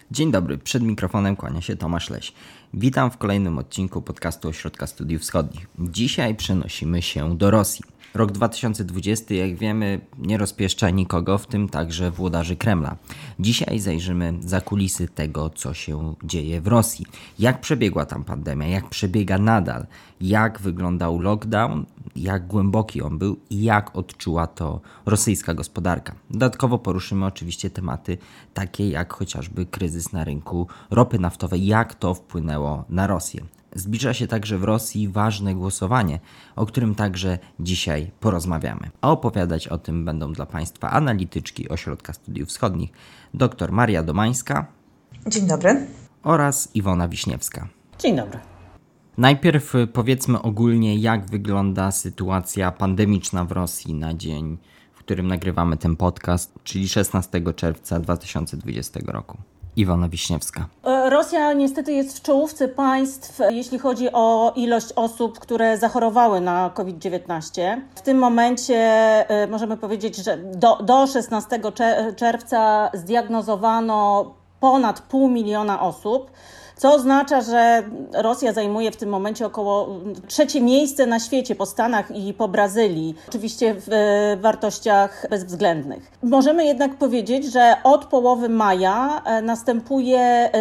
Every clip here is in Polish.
Dzień dobry, przed mikrofonem kłania się Tomasz Leś. Witam w kolejnym odcinku podcastu Ośrodka Studiów Wschodnich. Dzisiaj przenosimy się do Rosji. Rok 2020, jak wiemy, nie rozpieszcza nikogo, w tym także włodarzy Kremla. Dzisiaj zajrzymy za kulisy tego, co się dzieje w Rosji. Jak przebiegła tam pandemia, jak przebiega nadal, jak wyglądał lockdown, jak głęboki on był i jak odczuła to rosyjska gospodarka. Dodatkowo poruszymy oczywiście tematy takie jak chociażby kryzys na rynku ropy naftowej, jak to wpłynęło na Rosję. Zbliża się także w Rosji ważne głosowanie, o którym także dzisiaj porozmawiamy. A opowiadać o tym będą dla Państwa analityczki Ośrodka Studiów Wschodnich dr Maria Domańska. Dzień dobry. Oraz Iwona Wiśniewska. Dzień dobry. Najpierw powiedzmy ogólnie, jak wygląda sytuacja pandemiczna w Rosji na dzień, w którym nagrywamy ten podcast, czyli 16 czerwca 2020 roku. Iwona Wiśniewska. Rosja niestety jest w czołówce państw, jeśli chodzi o ilość osób, które zachorowały na COVID-19. W tym momencie możemy powiedzieć, że do 16 czerwca zdiagnozowano ponad 500 000 osób, co oznacza, że Rosja zajmuje w tym momencie około trzecie miejsce na świecie po Stanach i po Brazylii, oczywiście w wartościach bezwzględnych. Możemy jednak powiedzieć, że od połowy maja następuje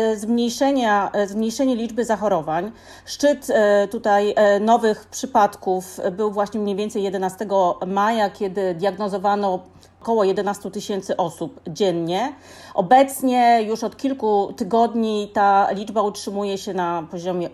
zmniejszenie liczby zachorowań. Szczyt tutaj nowych przypadków był właśnie mniej więcej 11 maja, kiedy diagnozowano około 11 000 osób dziennie. Obecnie już od kilku tygodni ta liczba utrzymuje się na poziomie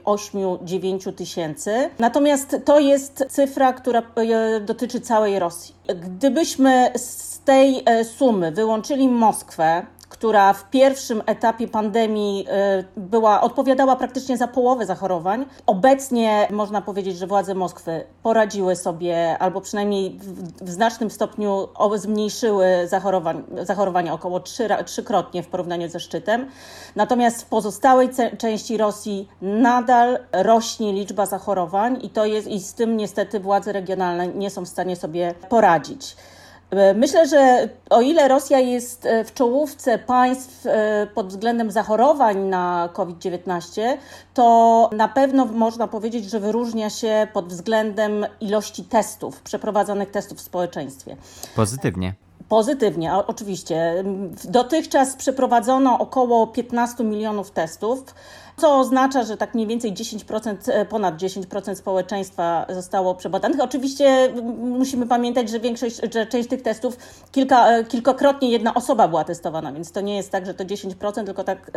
8-9 tysięcy. Natomiast to jest cyfra, która dotyczy całej Rosji. Gdybyśmy z tej sumy wyłączyli Moskwę, która w pierwszym etapie pandemii odpowiadała praktycznie za połowę zachorowań. Obecnie można powiedzieć, że władze Moskwy poradziły sobie, albo przynajmniej w znacznym stopniu zmniejszyły zachorowania około trzykrotnie w porównaniu ze szczytem. Natomiast w pozostałej części Rosji nadal rośnie liczba zachorowań i z tym niestety władze regionalne nie są w stanie sobie poradzić. Myślę, że o ile Rosja jest w czołówce państw pod względem zachorowań na COVID-19, to na pewno można powiedzieć, że wyróżnia się pod względem ilości przeprowadzonych testów w społeczeństwie. Pozytywnie, oczywiście. Dotychczas przeprowadzono około 15 milionów testów, co oznacza, że tak mniej więcej ponad 10% społeczeństwa zostało przebadanych. Oczywiście musimy pamiętać, że część tych testów kilkakrotnie jedna osoba była testowana, więc to nie jest tak, że to 10%, tylko tak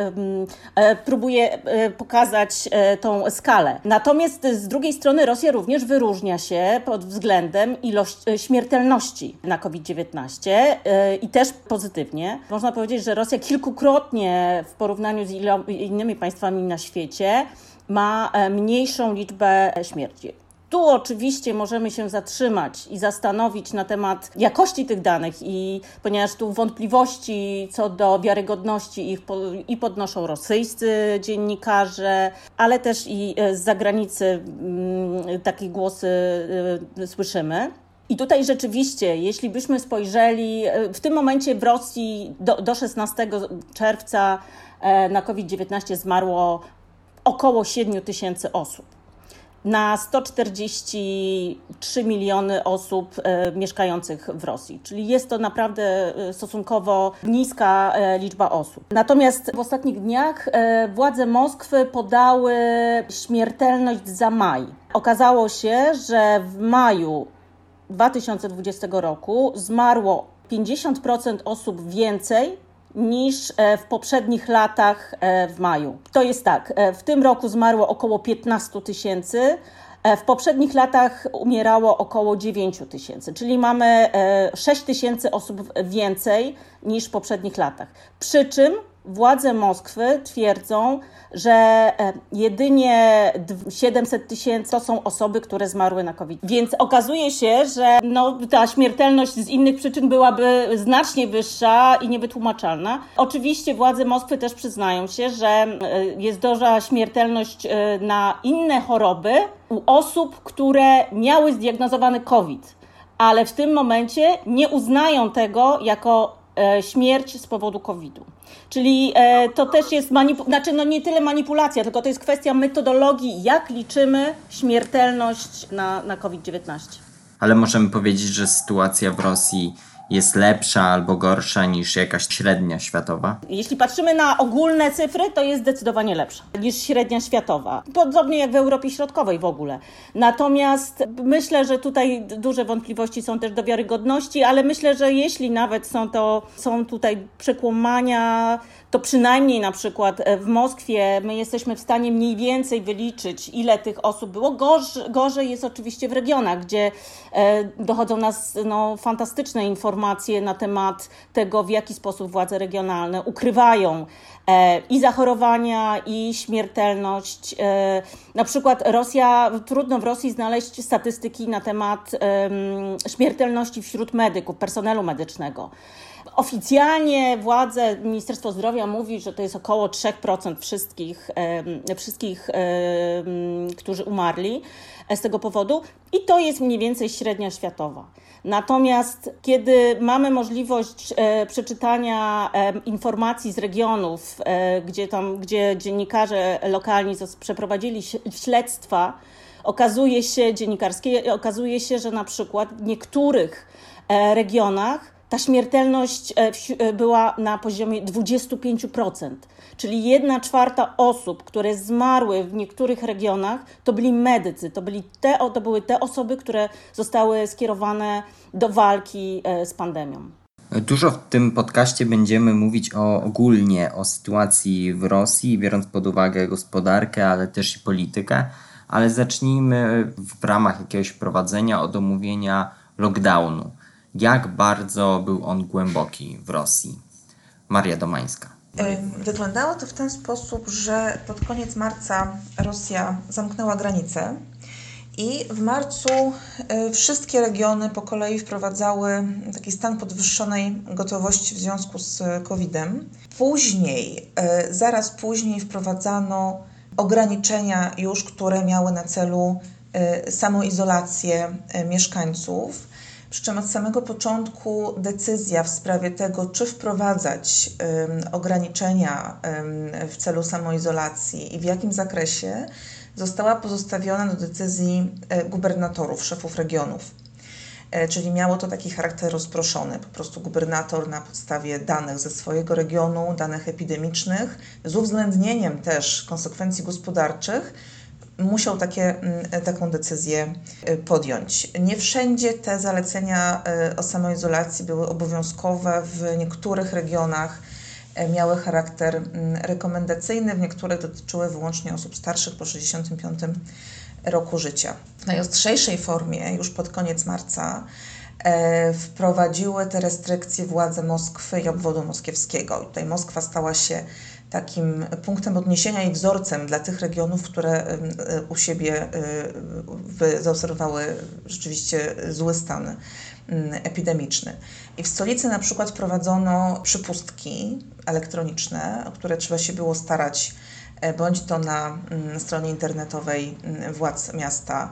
próbuję pokazać tą skalę. Natomiast z drugiej strony Rosja również wyróżnia się pod względem śmiertelności na COVID-19 i też pozytywnie. Można powiedzieć, że Rosja kilkukrotnie w porównaniu z innymi państwami na świecie ma mniejszą liczbę śmierci. Tu oczywiście możemy się zatrzymać i zastanowić na temat jakości tych danych, ponieważ tu wątpliwości co do wiarygodności ich podnoszą rosyjscy dziennikarze, ale też i z zagranicy takie głosy słyszymy. I tutaj rzeczywiście, jeśli byśmy spojrzeli, w tym momencie w Rosji do 16 czerwca na COVID-19 zmarło około 7 000 osób. Na 143 miliony osób mieszkających w Rosji, czyli jest to naprawdę stosunkowo niska liczba osób. Natomiast w ostatnich dniach władze Moskwy podały śmiertelność za maj. Okazało się, że w maju 2020 roku zmarło 50% osób więcej niż w poprzednich latach w maju. To jest tak, w tym roku zmarło około 15 000, w poprzednich latach umierało około 9 000, czyli mamy 6 000 osób więcej niż w poprzednich latach. Przy czym władze Moskwy twierdzą, że jedynie 700 000 to są osoby, które zmarły na COVID. Więc okazuje się, że ta śmiertelność z innych przyczyn byłaby znacznie wyższa i niewytłumaczalna. Oczywiście władze Moskwy też przyznają się, że jest duża śmiertelność na inne choroby u osób, które miały zdiagnozowany COVID, ale w tym momencie nie uznają tego jako śmierć z powodu COVID-u. Czyli to też jest nie tyle manipulacja, tylko to jest kwestia metodologii, jak liczymy śmiertelność na COVID-19. Ale możemy powiedzieć, że sytuacja w Rosji jest lepsza albo gorsza niż jakaś średnia światowa? Jeśli patrzymy na ogólne cyfry, to jest zdecydowanie lepsza niż średnia światowa. Podobnie jak w Europie Środkowej w ogóle. Natomiast myślę, że tutaj duże wątpliwości są też do wiarygodności, ale myślę, że jeśli nawet są tutaj przekłamania, to przynajmniej na przykład w Moskwie my jesteśmy w stanie mniej więcej wyliczyć, ile tych osób było. Gorzej jest oczywiście w regionach, gdzie dochodzą nas fantastyczne informacje na temat tego, w jaki sposób władze regionalne ukrywają i zachorowania, i śmiertelność. Na przykład trudno w Rosji znaleźć statystyki na temat śmiertelności wśród medyków, personelu medycznego. Oficjalnie Ministerstwo Zdrowia mówi, że to jest około 3% wszystkich, którzy umarli z tego powodu i to jest mniej więcej średnia światowa. Natomiast kiedy mamy możliwość przeczytania informacji z regionów, gdzie dziennikarze lokalni przeprowadzili śledztwa, okazuje się, że na przykład w niektórych regionach ta śmiertelność była na poziomie 25%, czyli 1/4 osób, które zmarły w niektórych regionach, to byli medycy, to były te osoby, które zostały skierowane do walki z pandemią. Dużo w tym podcaście będziemy mówić ogólnie o sytuacji w Rosji, biorąc pod uwagę gospodarkę, ale też i politykę, ale zacznijmy w ramach jakiegoś wprowadzenia od omówienia lockdownu. Jak bardzo był on głęboki w Rosji? Maria Domańska. Wyglądało to w ten sposób, że pod koniec marca Rosja zamknęła granice i w marcu wszystkie regiony po kolei wprowadzały taki stan podwyższonej gotowości w związku z COVID-em. Zaraz później wprowadzano ograniczenia już, które miały na celu samoizolację mieszkańców. Przy czym od samego początku decyzja w sprawie tego, czy wprowadzać ograniczenia w celu samoizolacji i w jakim zakresie, została pozostawiona do decyzji gubernatorów, szefów regionów. Czyli miało to taki charakter rozproszony. Po prostu gubernator na podstawie danych ze swojego regionu, danych epidemicznych, z uwzględnieniem też konsekwencji gospodarczych, musiał taką decyzję podjąć. Nie wszędzie te zalecenia o samoizolacji były obowiązkowe. W niektórych regionach miały charakter rekomendacyjny, w niektórych dotyczyły wyłącznie osób starszych po 65 roku życia. W najostrzejszej formie, już pod koniec marca, wprowadziły te restrykcje władze Moskwy i obwodu moskiewskiego. I tutaj Moskwa stała się takim punktem odniesienia i wzorcem dla tych regionów, które u siebie zaobserwowały rzeczywiście zły stan epidemiczny. I w stolicy na przykład wprowadzono przepustki elektroniczne, o które trzeba się było starać, bądź to na stronie internetowej władz miasta,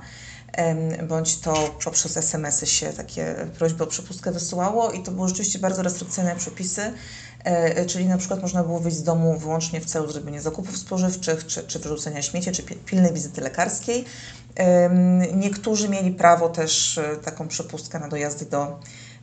bądź to poprzez SMS-y się takie prośby o przepustkę wysyłało i to były rzeczywiście bardzo restrykcyjne przepisy, czyli na przykład można było wyjść z domu wyłącznie w celu zrobienia zakupów spożywczych, czy wyrzucenia śmieci, czy pilnej wizyty lekarskiej. Niektórzy mieli prawo też taką przepustkę na dojazdy do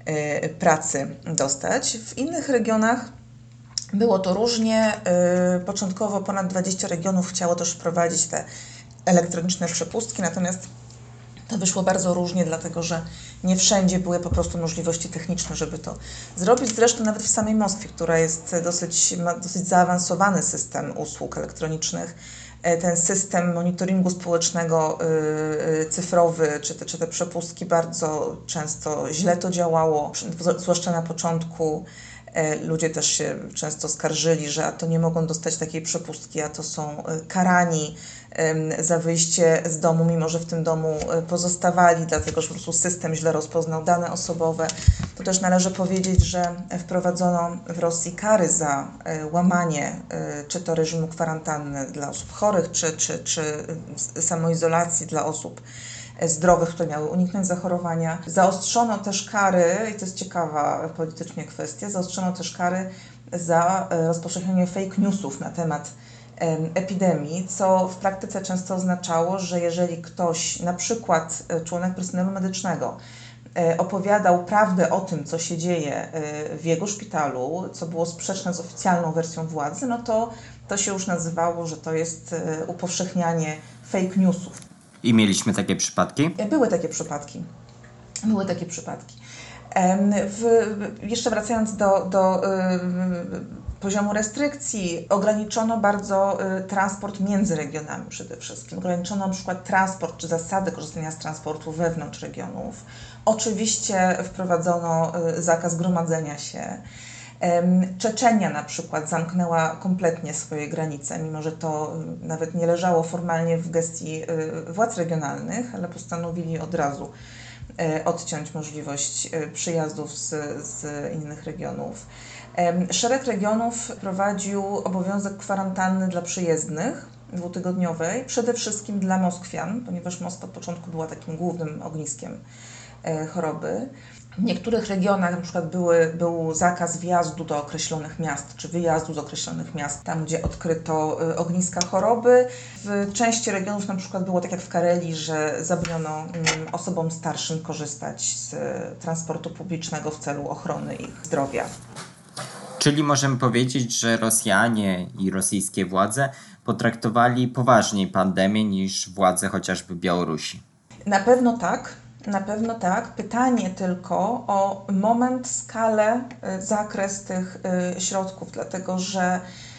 pracy dostać. W innych regionach było to różnie. Początkowo ponad 20 regionów chciało też wprowadzić te elektroniczne przepustki, natomiast to wyszło bardzo różnie, dlatego że nie wszędzie były po prostu możliwości techniczne, żeby to zrobić. Zresztą nawet w samej Moskwie, która ma dosyć zaawansowany system usług elektronicznych, ten system monitoringu społecznego cyfrowy, czy te przepustki bardzo często źle to działało, zwłaszcza na początku. Ludzie też się często skarżyli, że a to nie mogą dostać takiej przepustki, a to są karani za wyjście z domu, mimo że w tym domu pozostawali, dlatego że po prostu system źle rozpoznał dane osobowe. To też należy powiedzieć, że wprowadzono w Rosji kary za łamanie czy to reżimu kwarantanny dla osób chorych, czy samoizolacji dla osób zdrowych, które miały uniknąć zachorowania. Zaostrzono też kary, i to jest ciekawa politycznie kwestia, zaostrzono też kary za rozpowszechnianie fake newsów na temat epidemii, co w praktyce często oznaczało, że jeżeli ktoś, na przykład członek personelu medycznego, opowiadał prawdę o tym, co się dzieje w jego szpitalu, co było sprzeczne z oficjalną wersją władzy, no to się już nazywało, że to jest upowszechnianie fake newsów. I mieliśmy takie przypadki? Były takie przypadki. Jeszcze wracając do poziomu restrykcji, ograniczono bardzo transport między regionami przede wszystkim. Ograniczono na przykład transport czy zasady korzystania z transportu wewnątrz regionów. Oczywiście wprowadzono zakaz gromadzenia się. Czeczenia na przykład zamknęła kompletnie swoje granice, mimo że to nawet nie leżało formalnie w gestii władz regionalnych, ale postanowili od razu odciąć możliwość przyjazdów z innych regionów. Szereg regionów wprowadził obowiązek kwarantanny dla przyjezdnych 2-tygodniowej, przede wszystkim dla Moskwian, ponieważ Moskwa od początku była takim głównym ogniskiem choroby. W niektórych regionach na przykład był zakaz wjazdu do określonych miast, czy wyjazdu z określonych miast, tam gdzie odkryto ogniska choroby. W części regionów na przykład było tak jak w Karelii, że zabroniono osobom starszym korzystać z transportu publicznego w celu ochrony ich zdrowia. Czyli możemy powiedzieć, że Rosjanie i rosyjskie władze potraktowali poważniej pandemię niż władze chociażby Białorusi. Na pewno tak. Pytanie tylko o moment, skalę, zakres tych środków, dlatego że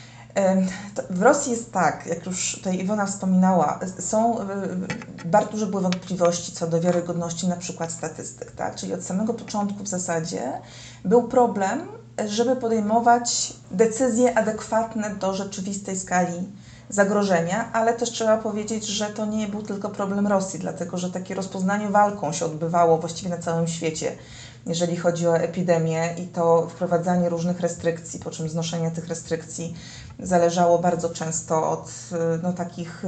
w Rosji jest tak, jak już tutaj Iwona wspominała, bardzo duże były wątpliwości co do wiarygodności na przykład statystyk, tak? Czyli od samego początku w zasadzie był problem, żeby podejmować decyzje adekwatne do rzeczywistej skali zagrożenia, ale też trzeba powiedzieć, że to nie był tylko problem Rosji, dlatego że takie rozpoznanie walką się odbywało właściwie na całym świecie, jeżeli chodzi o epidemię i to wprowadzanie różnych restrykcji, po czym znoszenie tych restrykcji zależało bardzo często od takich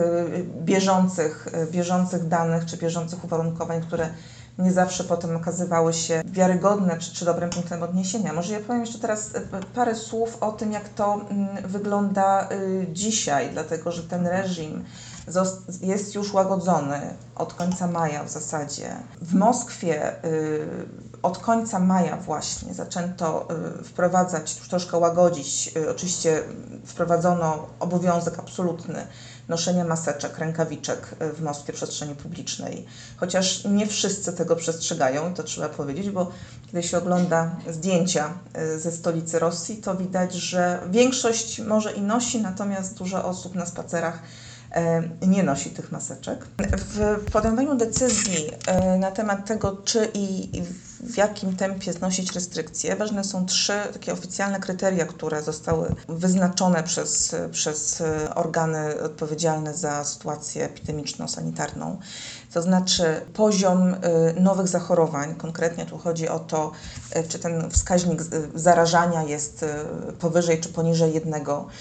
bieżących danych czy bieżących uwarunkowań, które nie zawsze potem okazywały się wiarygodne czy dobrym punktem odniesienia. Może ja powiem jeszcze teraz parę słów o tym, jak to wygląda dzisiaj, dlatego że ten reżim jest już łagodzony od końca maja w zasadzie. W Moskwie od końca maja właśnie zaczęto wprowadzać, już troszkę łagodzić, oczywiście wprowadzono obowiązek absolutny noszenia maseczek, rękawiczek w Moskwie w przestrzeni publicznej. Chociaż nie wszyscy tego przestrzegają, to trzeba powiedzieć, bo kiedy się ogląda zdjęcia ze stolicy Rosji, to widać, że większość może i nosi, natomiast dużo osób na spacerach nie nosi tych maseczek. W podejmowaniu decyzji na temat tego, czy i w jakim tempie znosić restrykcje, ważne są 3 takie oficjalne kryteria, które zostały wyznaczone przez organy odpowiedzialne za sytuację epidemiczno-sanitarną. To znaczy poziom nowych zachorowań, konkretnie tu chodzi o to, czy ten wskaźnik zarażania jest powyżej czy poniżej 1.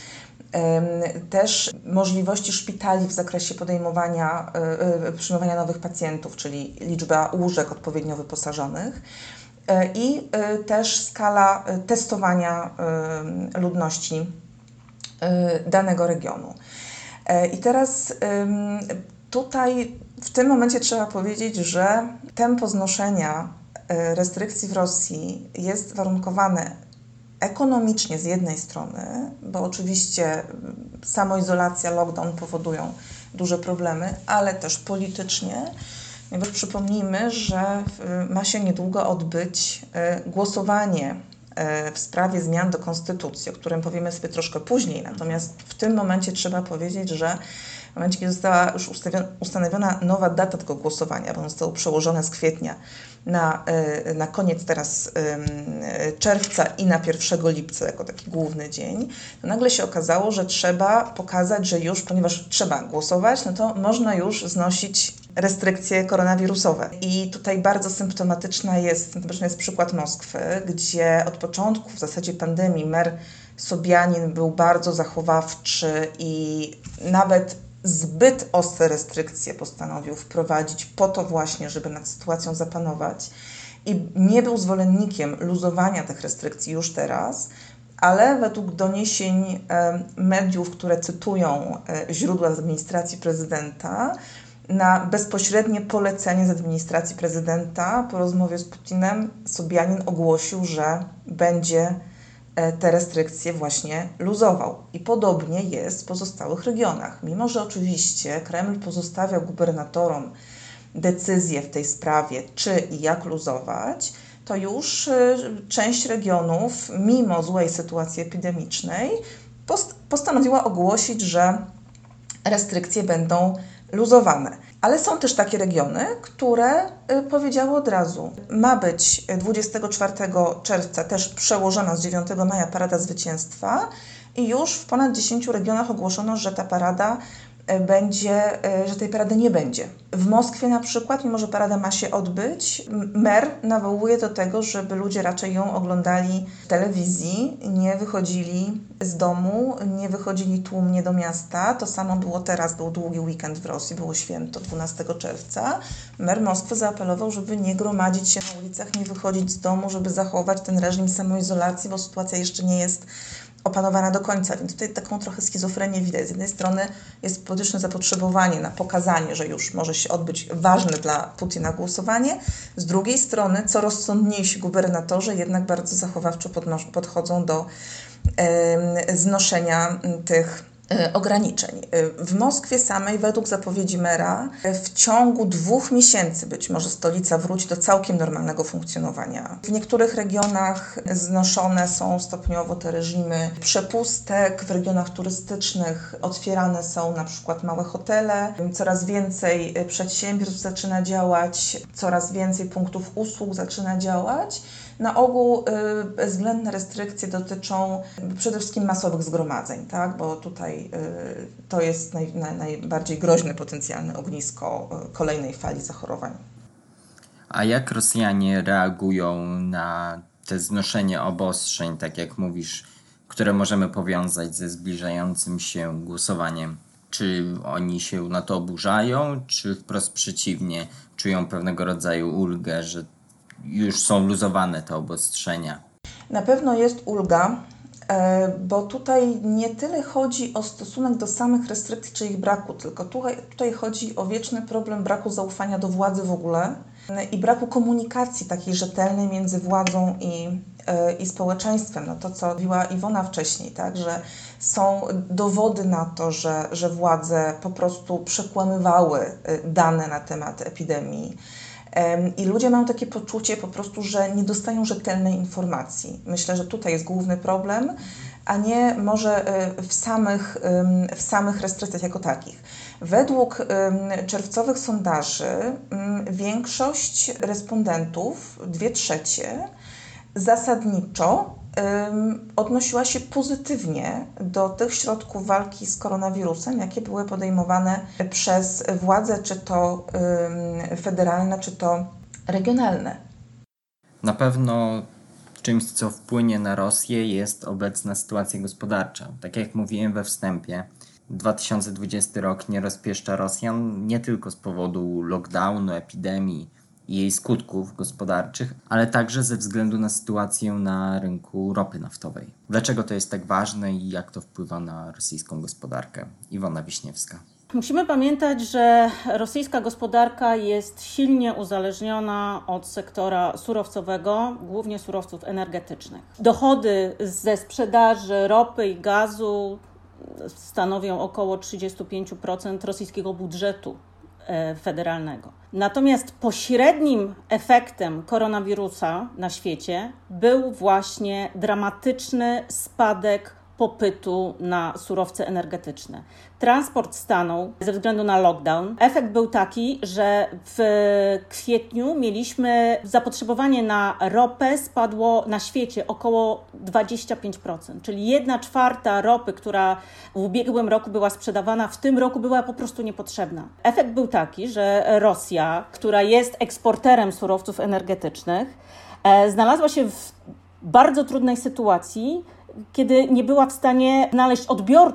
Też możliwości szpitali w zakresie przyjmowania nowych pacjentów, czyli liczba łóżek odpowiednio wyposażonych i też skala testowania ludności danego regionu. I teraz tutaj w tym momencie trzeba powiedzieć, że tempo znoszenia restrykcji w Rosji jest warunkowane ekonomicznie z jednej strony, bo oczywiście samoizolacja, lockdown powodują duże problemy, ale też politycznie, ponieważ przypomnijmy, że ma się niedługo odbyć głosowanie w sprawie zmian do konstytucji, o którym powiemy sobie troszkę później, natomiast w tym momencie trzeba powiedzieć, że w momencie, kiedy została już ustanowiona nowa data tego głosowania, bo ono zostało przełożone z kwietnia na koniec teraz czerwca i na 1 lipca jako taki główny dzień, to nagle się okazało, że trzeba pokazać, że już, ponieważ trzeba głosować, no to można już znosić restrykcje koronawirusowe. I tutaj bardzo symptomatyczny jest przykład Moskwy, gdzie od początku w zasadzie pandemii mer Sobianin był bardzo zachowawczy i nawet zbyt ostre restrykcje postanowił wprowadzić po to właśnie, żeby nad sytuacją zapanować i nie był zwolennikiem luzowania tych restrykcji już teraz, ale według doniesień mediów, które cytują źródła z administracji prezydenta, na bezpośrednie polecenie z administracji prezydenta po rozmowie z Putinem Sobjanin ogłosił, że będzie te restrykcje właśnie luzował. I podobnie jest w pozostałych regionach. Mimo że oczywiście Kreml pozostawiał gubernatorom decyzję w tej sprawie, czy i jak luzować, to już część regionów, mimo złej sytuacji epidemicznej, postanowiła ogłosić, że restrykcje będą luzowane. Ale są też takie regiony, które powiedziały od razu, ma być 24 czerwca też przełożona z 9 maja Parada Zwycięstwa i już w ponad 10 regionach ogłoszono, że ta parada że tej parady nie będzie. W Moskwie na przykład, mimo że parada ma się odbyć, mer nawołuje do tego, żeby ludzie raczej ją oglądali w telewizji, nie wychodzili z domu, nie wychodzili tłumnie do miasta. To samo było teraz, był długi weekend w Rosji, było święto 12 czerwca. Mer Moskwy zaapelował, żeby nie gromadzić się na ulicach, nie wychodzić z domu, żeby zachować ten reżim samoizolacji, bo sytuacja jeszcze nie jest opanowana do końca, więc tutaj taką trochę schizofrenię widać. Z jednej strony jest polityczne zapotrzebowanie na pokazanie, że już może się odbyć ważne dla Putina głosowanie, z drugiej strony co rozsądniejsi gubernatorzy jednak bardzo zachowawczo podchodzą do znoszenia tych ograniczeń. W Moskwie samej, według zapowiedzi mera, w ciągu 2 miesięcy być może stolica wróci do całkiem normalnego funkcjonowania. W niektórych regionach znoszone są stopniowo te reżimy przepustek, w regionach turystycznych otwierane są na przykład małe hotele, coraz więcej przedsiębiorstw zaczyna działać, coraz więcej punktów usług zaczyna działać. Na ogół bezwzględne restrykcje dotyczą przede wszystkim masowych zgromadzeń, tak? Bo tutaj to jest najbardziej groźne potencjalne ognisko kolejnej fali zachorowań. A jak Rosjanie reagują na te znoszenie obostrzeń, tak jak mówisz, które możemy powiązać ze zbliżającym się głosowaniem? Czy oni się na to oburzają, czy wprost przeciwnie, czują pewnego rodzaju ulgę, że już są luzowane te obostrzenia? Na pewno jest ulga, bo tutaj nie tyle chodzi o stosunek do samych restrykcji czy ich braku, tylko tutaj chodzi o wieczny problem braku zaufania do władzy w ogóle i braku komunikacji takiej rzetelnej między władzą i społeczeństwem. No to, co mówiła Iwona wcześniej, tak, że są dowody na to, że władze po prostu przekłamywały dane na temat epidemii. I ludzie mają takie poczucie po prostu, że nie dostają rzetelnej informacji. Myślę, że tutaj jest główny problem, a nie może w samych restrykcjach jako takich. Według czerwcowych sondaży większość respondentów, 2/3, zasadniczo odnosiła się pozytywnie do tych środków walki z koronawirusem, jakie były podejmowane przez władze, czy to federalne, czy to regionalne. Na pewno czymś, co wpłynie na Rosję, jest obecna sytuacja gospodarcza. Tak jak mówiłem we wstępie, 2020 rok nie rozpieszcza Rosjan nie tylko z powodu lockdownu, epidemii i jej skutków gospodarczych, ale także ze względu na sytuację na rynku ropy naftowej. Dlaczego to jest tak ważne i jak to wpływa na rosyjską gospodarkę? Iwona Wiśniewska. Musimy pamiętać, że rosyjska gospodarka jest silnie uzależniona od sektora surowcowego, głównie surowców energetycznych. Dochody ze sprzedaży ropy i gazu stanowią około 35% rosyjskiego budżetu federalnego. Natomiast pośrednim efektem koronawirusa na świecie był właśnie dramatyczny spadek popytu na surowce energetyczne. Transport stanął ze względu na lockdown. Efekt był taki, że w kwietniu mieliśmy zapotrzebowanie na ropę spadło na świecie około 25%, czyli 1/4 ropy, która w ubiegłym roku była sprzedawana, w tym roku była po prostu niepotrzebna. Efekt był taki, że Rosja, która jest eksporterem surowców energetycznych, znalazła się w bardzo trudnej sytuacji, kiedy nie była w stanie znaleźć odbiorców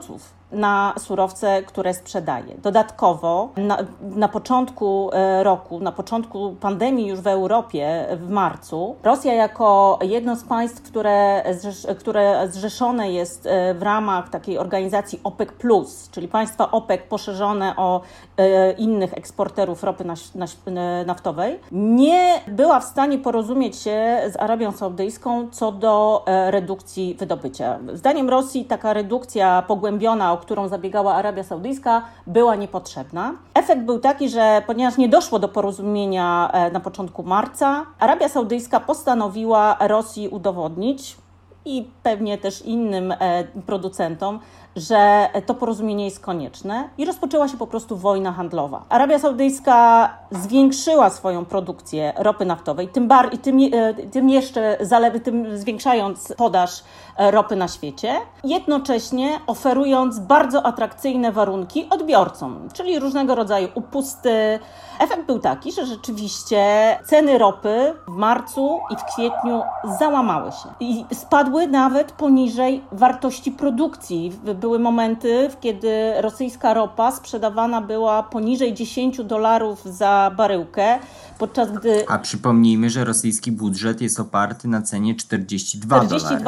na surowce, które sprzedaje. Dodatkowo na początku roku, na początku pandemii już w Europie w marcu, Rosja jako jedno z państw, które zrzeszone jest w ramach takiej organizacji OPEC+, czyli państwa OPEC poszerzone o innych eksporterów ropy naftowej, nie była w stanie porozumieć się z Arabią Saudyjską co do redukcji wydobycia. Zdaniem Rosji taka redukcja pogłębiona, o którą zabiegała Arabia Saudyjska, była niepotrzebna. Efekt był taki, że ponieważ nie doszło do porozumienia na początku marca, Arabia Saudyjska postanowiła Rosji udowodnić i pewnie też innym producentom, że to porozumienie jest konieczne i rozpoczęła się po prostu wojna handlowa. Arabia Saudyjska zwiększyła swoją produkcję ropy naftowej, tym zwiększając podaż ropy na świecie, jednocześnie oferując bardzo atrakcyjne warunki odbiorcom, czyli różnego rodzaju upusty. Efekt był taki, że rzeczywiście ceny ropy w marcu i w kwietniu załamały się i spadły nawet poniżej wartości produkcji. Były momenty, kiedy rosyjska ropa sprzedawana była poniżej $10 za baryłkę, podczas gdy... A przypomnijmy, że rosyjski budżet jest oparty na cenie $42.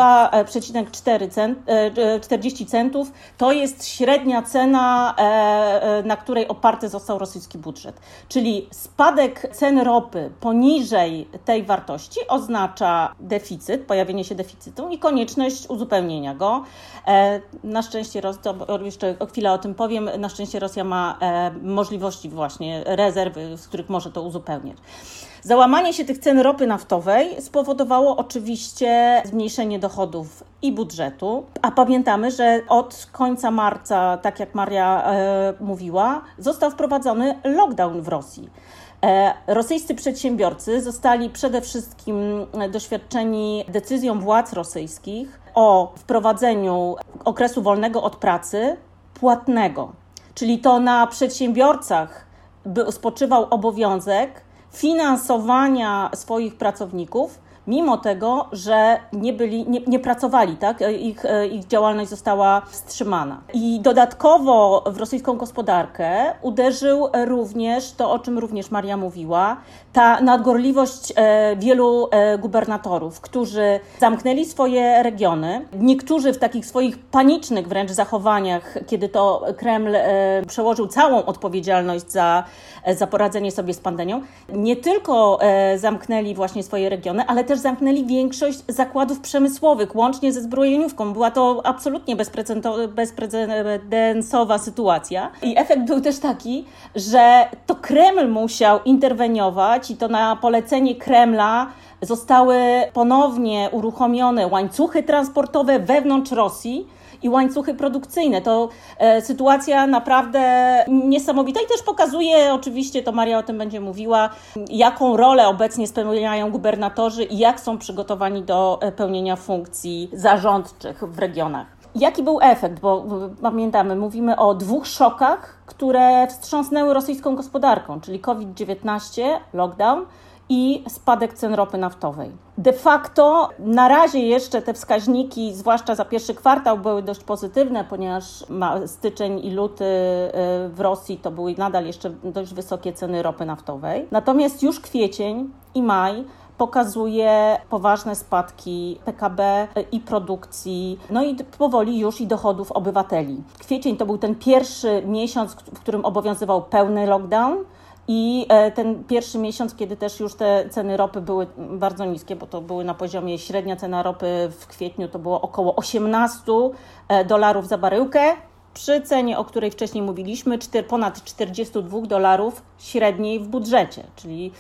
42,40 centów to jest średnia cena, na której oparty został rosyjski budżet. Czyli spadek cen ropy poniżej tej wartości oznacza deficyt, pojawienie się deficytu i konieczność uzupełnienia go. Na szczęście, jeszcze chwilę o tym powiem, na szczęście Rosja ma możliwości właśnie rezerwy, z których może to uzupełniać. Załamanie się tych cen ropy naftowej spowodowało oczywiście zmniejszenie dochodów i budżetu, a pamiętamy, że od końca marca, tak jak Maria mówiła, został wprowadzony lockdown w Rosji. Rosyjscy przedsiębiorcy zostali przede wszystkim doświadczeni decyzją władz rosyjskich o wprowadzeniu okresu wolnego od pracy płatnego, czyli to na przedsiębiorcach spoczywał obowiązek finansowania swoich pracowników, mimo tego, że nie pracowali, tak? Ich działalność została wstrzymana. I dodatkowo w rosyjską gospodarkę uderzył również to, o czym również Maria mówiła, ta nadgorliwość wielu gubernatorów, którzy zamknęli swoje regiony. Niektórzy w takich swoich panicznych wręcz zachowaniach, kiedy to Kreml przełożył całą odpowiedzialność za poradzenie sobie z pandemią, nie tylko zamknęli właśnie swoje regiony, ale też zamknęli większość zakładów przemysłowych, łącznie ze zbrojeniówką. Była to absolutnie bezprecedensowa sytuacja. I efekt był też taki, że to Kreml musiał interweniować i to na polecenie Kremla zostały ponownie uruchomione łańcuchy transportowe wewnątrz Rosji i łańcuchy produkcyjne. To sytuacja naprawdę niesamowita i też pokazuje, oczywiście to Maria o tym będzie mówiła, jaką rolę obecnie spełniają gubernatorzy i jak są przygotowani do pełnienia funkcji zarządczych w regionach. Jaki był efekt? Bo pamiętamy, mówimy o 2 szokach, które wstrząsnęły rosyjską gospodarką, czyli COVID-19, lockdown i spadek cen ropy naftowej. De facto na razie jeszcze te wskaźniki, zwłaszcza za pierwszy kwartał, były dość pozytywne, ponieważ styczeń i luty w Rosji to były nadal jeszcze dość wysokie ceny ropy naftowej. Natomiast już kwiecień i maj pokazuje poważne spadki PKB i produkcji, no i powoli już i dochodów obywateli. Kwiecień to był ten pierwszy miesiąc, w którym obowiązywał pełny lockdown, i ten pierwszy miesiąc, kiedy też już te ceny ropy były bardzo niskie, bo to były na poziomie, średnia cena ropy w kwietniu to było około $18 za baryłkę, przy cenie, o której wcześniej mówiliśmy, ponad $42 średniej w budżecie, czyli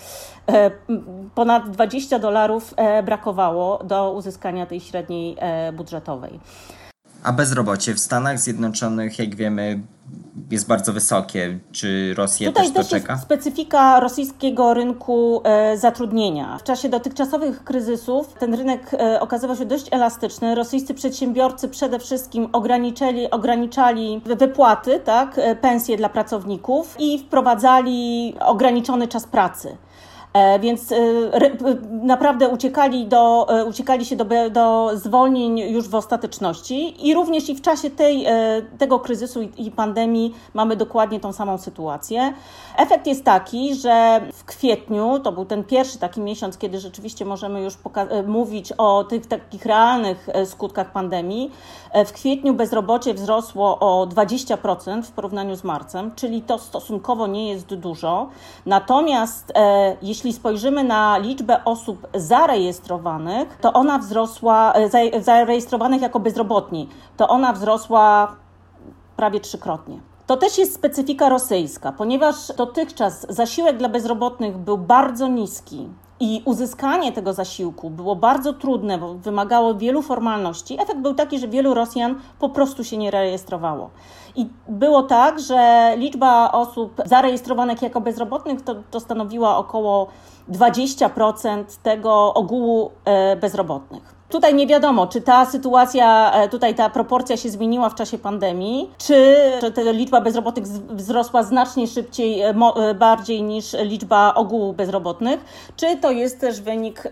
ponad $20 brakowało do uzyskania tej średniej budżetowej. A bezrobocie w Stanach Zjednoczonych, jak wiemy, jest bardzo wysokie. Czy Rosja też to czeka? Tutaj jest specyfika rosyjskiego rynku zatrudnienia. W czasie dotychczasowych kryzysów ten rynek okazywał się dość elastyczny. Rosyjscy przedsiębiorcy przede wszystkim ograniczali wypłaty, tak, pensje dla pracowników i wprowadzali ograniczony czas pracy. Więc naprawdę uciekali się do zwolnień już w ostateczności i również i w czasie tego kryzysu i pandemii mamy dokładnie tą samą sytuację. Efekt jest taki, że w kwietniu, to był ten pierwszy taki miesiąc, kiedy rzeczywiście możemy już mówić o tych takich realnych skutkach pandemii. W kwietniu bezrobocie wzrosło o 20% w porównaniu z marcem, czyli to stosunkowo nie jest dużo. Natomiast jeśli spojrzymy na liczbę osób zarejestrowanych, to ona wzrosła, zarejestrowanych jako bezrobotni, to ona wzrosła prawie 3-krotnie. To też jest specyfika rosyjska, ponieważ dotychczas zasiłek dla bezrobotnych był bardzo niski i uzyskanie tego zasiłku było bardzo trudne, bo wymagało wielu formalności. Efekt był taki, że wielu Rosjan po prostu się nie rejestrowało. I było tak, że liczba osób zarejestrowanych jako bezrobotnych to stanowiła około 20% tego ogółu bezrobotnych. Tutaj nie wiadomo, czy ta sytuacja, ta proporcja się zmieniła w czasie pandemii, czy ta liczba bezrobotnych wzrosła znacznie szybciej, bardziej niż liczba ogółu bezrobotnych, czy to jest też wynik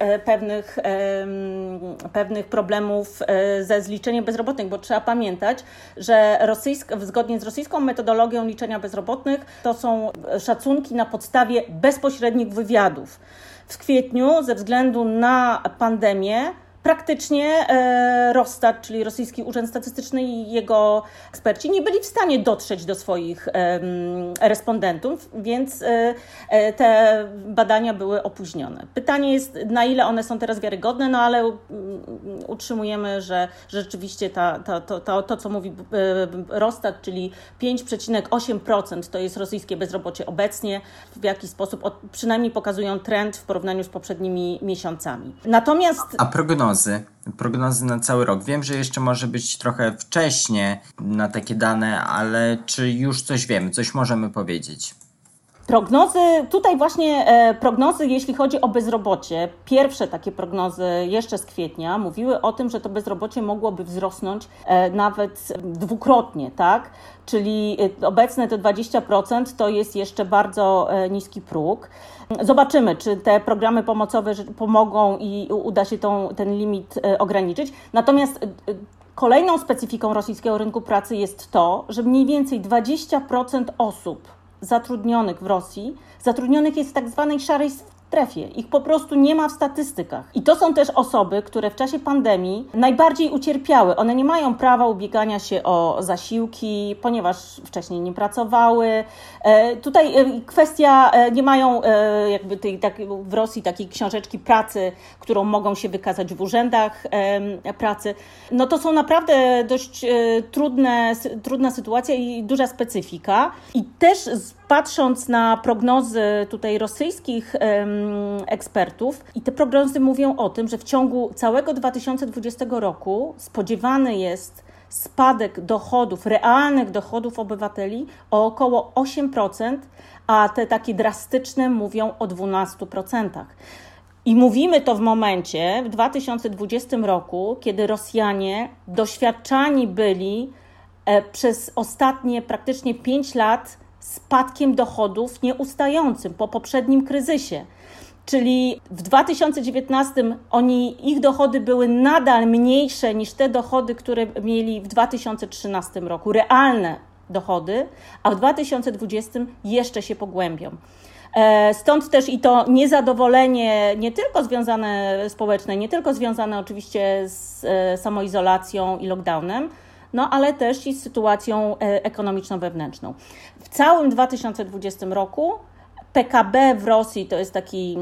pewnych problemów ze zliczeniem bezrobotnych, bo trzeba pamiętać, że zgodnie z rosyjską metodologią liczenia bezrobotnych to są szacunki na podstawie bezpośrednich wywiadów. W kwietniu ze względu na pandemię praktycznie Rosstat, czyli Rosyjski Urząd Statystyczny i jego eksperci nie byli w stanie dotrzeć do swoich respondentów, więc te badania były opóźnione. Pytanie jest, na ile one są teraz wiarygodne, no ale utrzymujemy, że rzeczywiście to co mówi Rosstat, czyli 5,8% to jest rosyjskie bezrobocie obecnie, w jakiś sposób przynajmniej pokazują trend w porównaniu z poprzednimi miesiącami. Natomiast Prognozy na cały rok. Wiem, że jeszcze może być trochę wcześnie na takie dane, ale czy już coś wiemy, coś możemy powiedzieć? Prognozy, jeśli chodzi o bezrobocie, pierwsze takie prognozy jeszcze z kwietnia mówiły o tym, że to bezrobocie mogłoby wzrosnąć nawet dwukrotnie, tak? Czyli obecne to 20% to jest jeszcze bardzo niski próg. Zobaczymy, czy te programy pomocowe pomogą i uda się ten limit ograniczyć. Natomiast kolejną specyfiką rosyjskiego rynku pracy jest to, że mniej więcej 20% osób zatrudnionych w Rosji, zatrudnionych jest w tak zwanej szarej strefie. Ich po prostu nie ma w statystykach. I to są też osoby, które w czasie pandemii najbardziej ucierpiały. One nie mają prawa ubiegania się o zasiłki, ponieważ wcześniej nie pracowały. Tutaj kwestia, nie mają w Rosji takiej książeczki pracy, którą mogą się wykazać w urzędach pracy. No to są naprawdę dość trudna sytuacja i duża specyfika. I też patrząc na prognozy tutaj rosyjskich ekspertów, i te prognozy mówią o tym, że w ciągu całego 2020 roku spodziewany jest spadek dochodów, realnych dochodów obywateli o około 8%, a te takie drastyczne mówią o 12%. I mówimy to w momencie, w 2020 roku, kiedy Rosjanie doświadczani byli przez ostatnie praktycznie 5 lat spadkiem dochodów nieustającym po poprzednim kryzysie. Czyli w 2019 ich dochody były nadal mniejsze niż te dochody, które mieli w 2013 roku, realne dochody, a w 2020 jeszcze się pogłębią. Stąd też i to niezadowolenie, nie tylko związane społeczne, nie tylko związane oczywiście z samoizolacją i lockdownem, no ale też i z sytuacją ekonomiczną wewnętrzną. W całym 2020 roku PKB w Rosji, to jest taki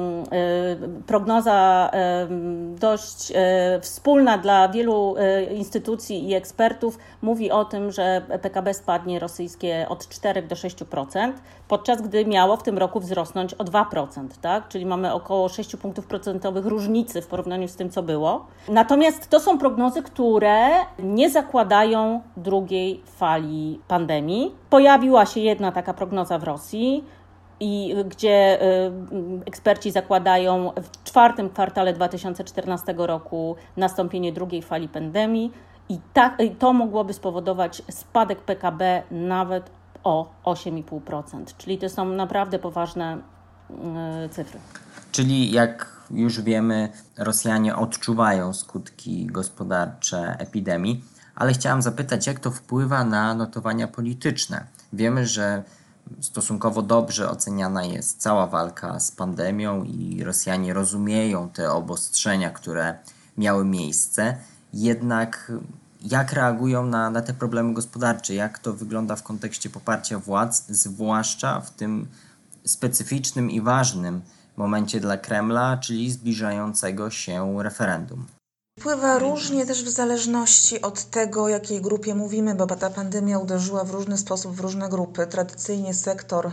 prognoza dość wspólna dla wielu instytucji i ekspertów, mówi o tym, że PKB spadnie rosyjskie od 4 do 6%, podczas gdy miało w tym roku wzrosnąć o 2%, tak? Czyli mamy około 6 punktów procentowych różnicy w porównaniu z tym, co było. Natomiast to są prognozy, które nie zakładają drugiej fali pandemii. Pojawiła się jedna taka prognoza w Rosji, i gdzie eksperci zakładają w 4. kwartale 2014 roku nastąpienie drugiej fali pandemii i to mogłoby spowodować spadek PKB nawet o 8,5%. Czyli to są naprawdę cyfry. Czyli jak już wiemy, Rosjanie odczuwają skutki gospodarcze epidemii, ale chciałam zapytać, jak to wpływa na notowania polityczne. Wiemy, że stosunkowo dobrze oceniana jest cała walka z pandemią i Rosjanie rozumieją te obostrzenia, które miały miejsce. Jednak jak reagują na te problemy gospodarcze? Jak to wygląda w kontekście poparcia władz, zwłaszcza w tym specyficznym i ważnym momencie dla Kremla, czyli zbliżającego się referendum? Wpływa różnie też w zależności od tego, jakiej grupie mówimy, bo ta pandemia uderzyła w różny sposób w różne grupy. Tradycyjnie sektor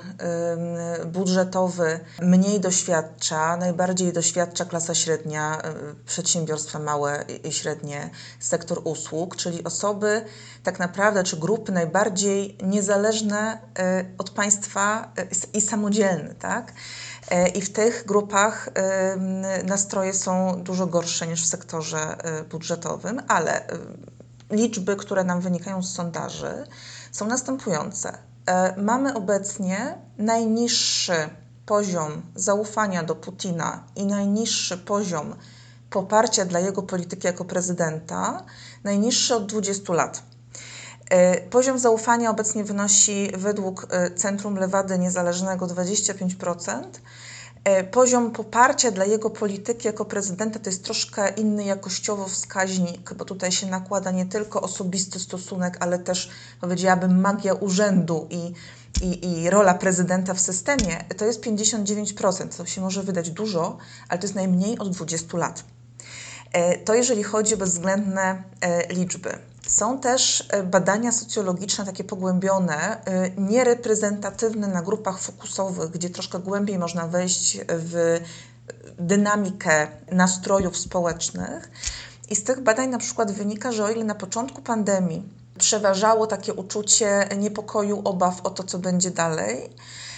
budżetowy mniej doświadcza, najbardziej doświadcza klasa średnia, przedsiębiorstwa małe i średnie, sektor usług, czyli osoby tak naprawdę, czy grupy najbardziej niezależne od państwa i samodzielne, tak? I w tych grupach nastroje są dużo gorsze niż w sektorze budżetowym, ale liczby, które nam wynikają z sondaży, są następujące. Mamy obecnie najniższy poziom zaufania do Putina i najniższy poziom poparcia dla jego polityki jako prezydenta, najniższy od 20 lat. Poziom zaufania obecnie wynosi według Centrum Lewady Niezależnego 25%. Poziom poparcia dla jego polityki jako prezydenta to jest troszkę inny jakościowo wskaźnik, bo tutaj się nakłada nie tylko osobisty stosunek, ale też, powiedziałabym, magia urzędu i rola prezydenta w systemie. To jest 59%. To się może wydać dużo, ale to jest najmniej od 20 lat. To jeżeli chodzi o bezwzględne liczby. Są też badania socjologiczne, takie pogłębione, niereprezentatywne na grupach fokusowych, gdzie troszkę głębiej można wejść w dynamikę nastrojów społecznych. I z tych badań na przykład wynika, że o ile na początku pandemii przeważało takie uczucie niepokoju, obaw o to, co będzie dalej,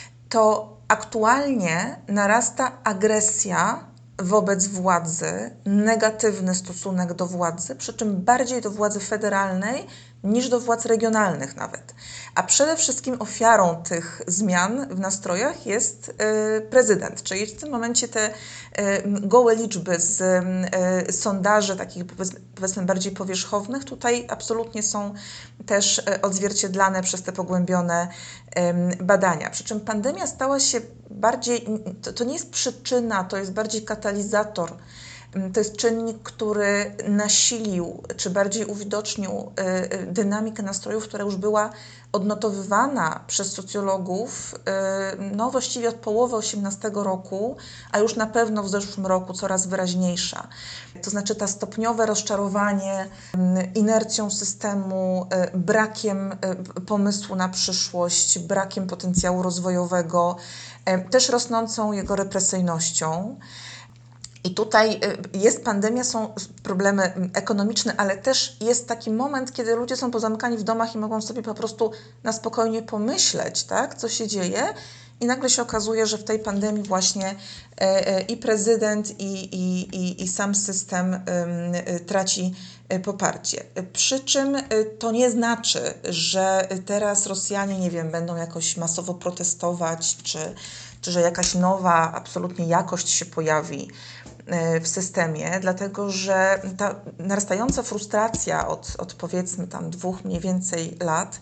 to aktualnie narasta agresja wobec władzy, negatywny stosunek do władzy, przy czym bardziej do władzy federalnej niż do władz regionalnych nawet. A przede wszystkim ofiarą tych zmian w nastrojach jest prezydent, czyli w tym momencie te gołe liczby z sondaży takich powiedzmy bardziej powierzchownych tutaj absolutnie są też odzwierciedlane przez te pogłębione badania. Przy czym pandemia stała się bardziej, to nie jest przyczyna, to jest bardziej katalizator. To jest czynnik, który nasilił, czy bardziej uwidocznił dynamikę nastrojów, która już była odnotowywana przez socjologów właściwie od połowy 2018 roku, a już na pewno w zeszłym roku coraz wyraźniejsza. To znaczy to stopniowe rozczarowanie inercją systemu, brakiem pomysłu na przyszłość, brakiem potencjału rozwojowego, też rosnącą jego represyjnością. I tutaj jest pandemia, są problemy ekonomiczne, ale też jest taki moment, kiedy ludzie są pozamykani w domach i mogą sobie po prostu na spokojnie pomyśleć, tak, co się dzieje. I nagle się okazuje, że w tej pandemii właśnie i prezydent, i sam system traci poparcie. Przy czym to nie znaczy, że teraz Rosjanie, nie wiem, będą jakoś masowo protestować, czy że jakaś nowa absolutnie jakość się pojawi w systemie, dlatego że ta narastająca frustracja od powiedzmy tam 2 mniej więcej lat,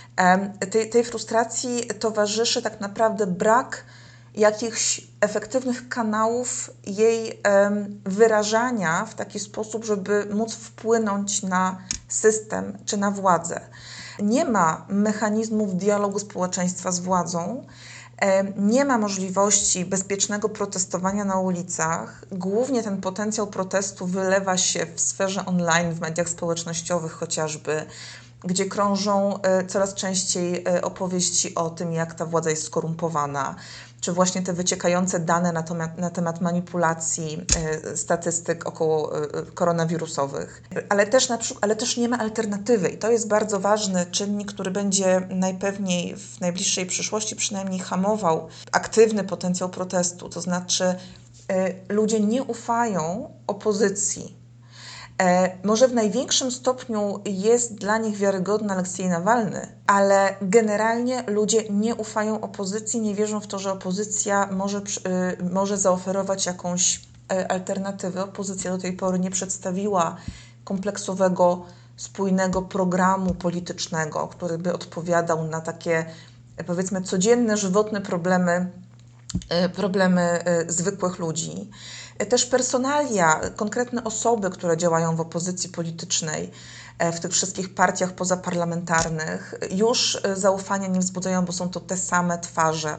tej frustracji towarzyszy tak naprawdę brak jakichś efektywnych kanałów jej wyrażania w taki sposób, żeby móc wpłynąć na system czy na władzę. Nie ma mechanizmów dialogu społeczeństwa z władzą, nie ma możliwości bezpiecznego protestowania na ulicach. Głównie ten potencjał protestu wylewa się w sferze online, w mediach społecznościowych chociażby, gdzie krążą coraz częściej opowieści o tym, jak ta władza jest skorumpowana, czy właśnie te wyciekające dane na temat manipulacji statystyk około koronawirusowych. Ale też nie ma alternatywy i to jest bardzo ważny czynnik, który będzie najpewniej w najbliższej przyszłości przynajmniej hamował aktywny potencjał protestu. To znaczy ludzie nie ufają opozycji. Może w największym stopniu jest dla nich wiarygodny Aleksiej Nawalny, ale generalnie ludzie nie ufają opozycji, nie wierzą w to, że opozycja może zaoferować jakąś alternatywę. Opozycja do tej pory nie przedstawiła kompleksowego, spójnego programu politycznego, który by odpowiadał na takie, powiedzmy, codzienne, żywotne problemy zwykłych ludzi. Też personalia, konkretne osoby, które działają w opozycji politycznej, w tych wszystkich partiach pozaparlamentarnych, już zaufania nie wzbudzają, bo są to te same twarze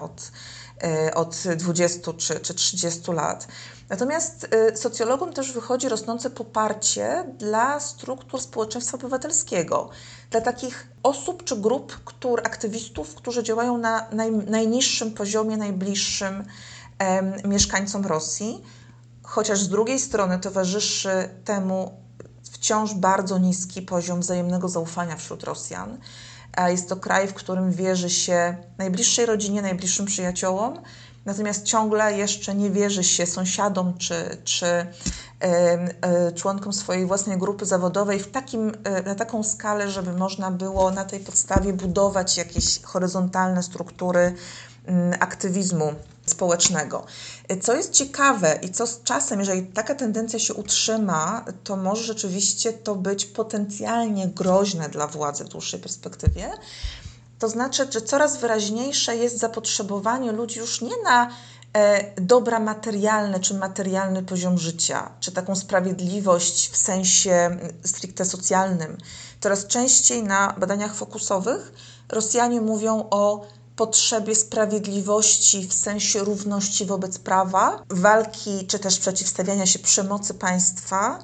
od 20 czy 30 lat. Natomiast socjologom też wychodzi rosnące poparcie dla struktur społeczeństwa obywatelskiego, dla takich osób czy grup, aktywistów, którzy działają na najniższym poziomie, najbliższym mieszkańcom Rosji, chociaż z drugiej strony towarzyszy temu wciąż bardzo niski poziom wzajemnego zaufania wśród Rosjan. Jest to kraj, w którym wierzy się najbliższej rodzinie, najbliższym przyjaciołom, natomiast ciągle jeszcze nie wierzy się sąsiadom czy członkom swojej własnej grupy zawodowej na taką skalę, żeby można było na tej podstawie budować jakieś horyzontalne struktury aktywizmu społecznego. Co jest ciekawe i co z czasem, jeżeli taka tendencja się utrzyma, to może rzeczywiście to być potencjalnie groźne dla władzy w dłuższej perspektywie. To znaczy, że coraz wyraźniejsze jest zapotrzebowanie ludzi już nie na dobra materialne czy materialny poziom życia, czy taką sprawiedliwość w sensie stricte socjalnym. Coraz częściej na badaniach fokusowych Rosjanie mówią o potrzebie sprawiedliwości w sensie równości wobec prawa, walki czy też przeciwstawiania się przemocy państwa,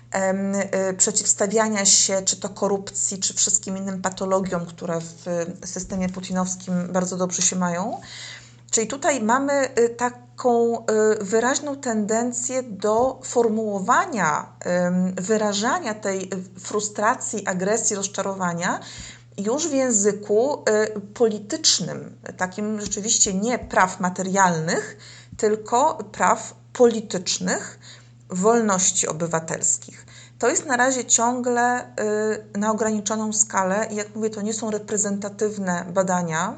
przeciwstawiania się czy to korupcji, czy wszystkim innym patologiom, które w systemie putinowskim bardzo dobrze się mają. Czyli tutaj mamy taką wyraźną tendencję do formułowania, wyrażania tej frustracji, agresji, rozczarowania już w języku politycznym, takim rzeczywiście nie praw materialnych, tylko praw politycznych, wolności obywatelskich. To jest na razie ciągle na ograniczoną skalę i jak mówię, to nie są reprezentatywne badania,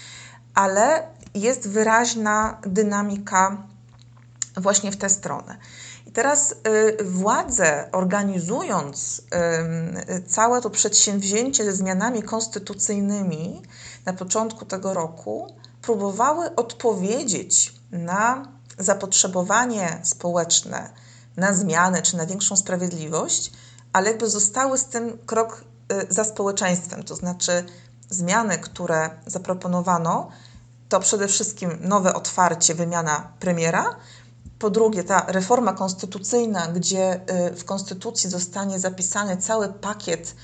ale jest wyraźna dynamika właśnie w tę stronę. I teraz władze, organizując całe to przedsięwzięcie ze zmianami konstytucyjnymi na początku tego roku, próbowały odpowiedzieć na zapotrzebowanie społeczne, na zmianę czy na większą sprawiedliwość, ale jakby zostały z tym krok za społeczeństwem. To znaczy zmiany, które zaproponowano, to przede wszystkim nowe otwarcie, wymiana premiera. Po drugie, ta reforma konstytucyjna, gdzie w konstytucji zostanie zapisany cały pakiet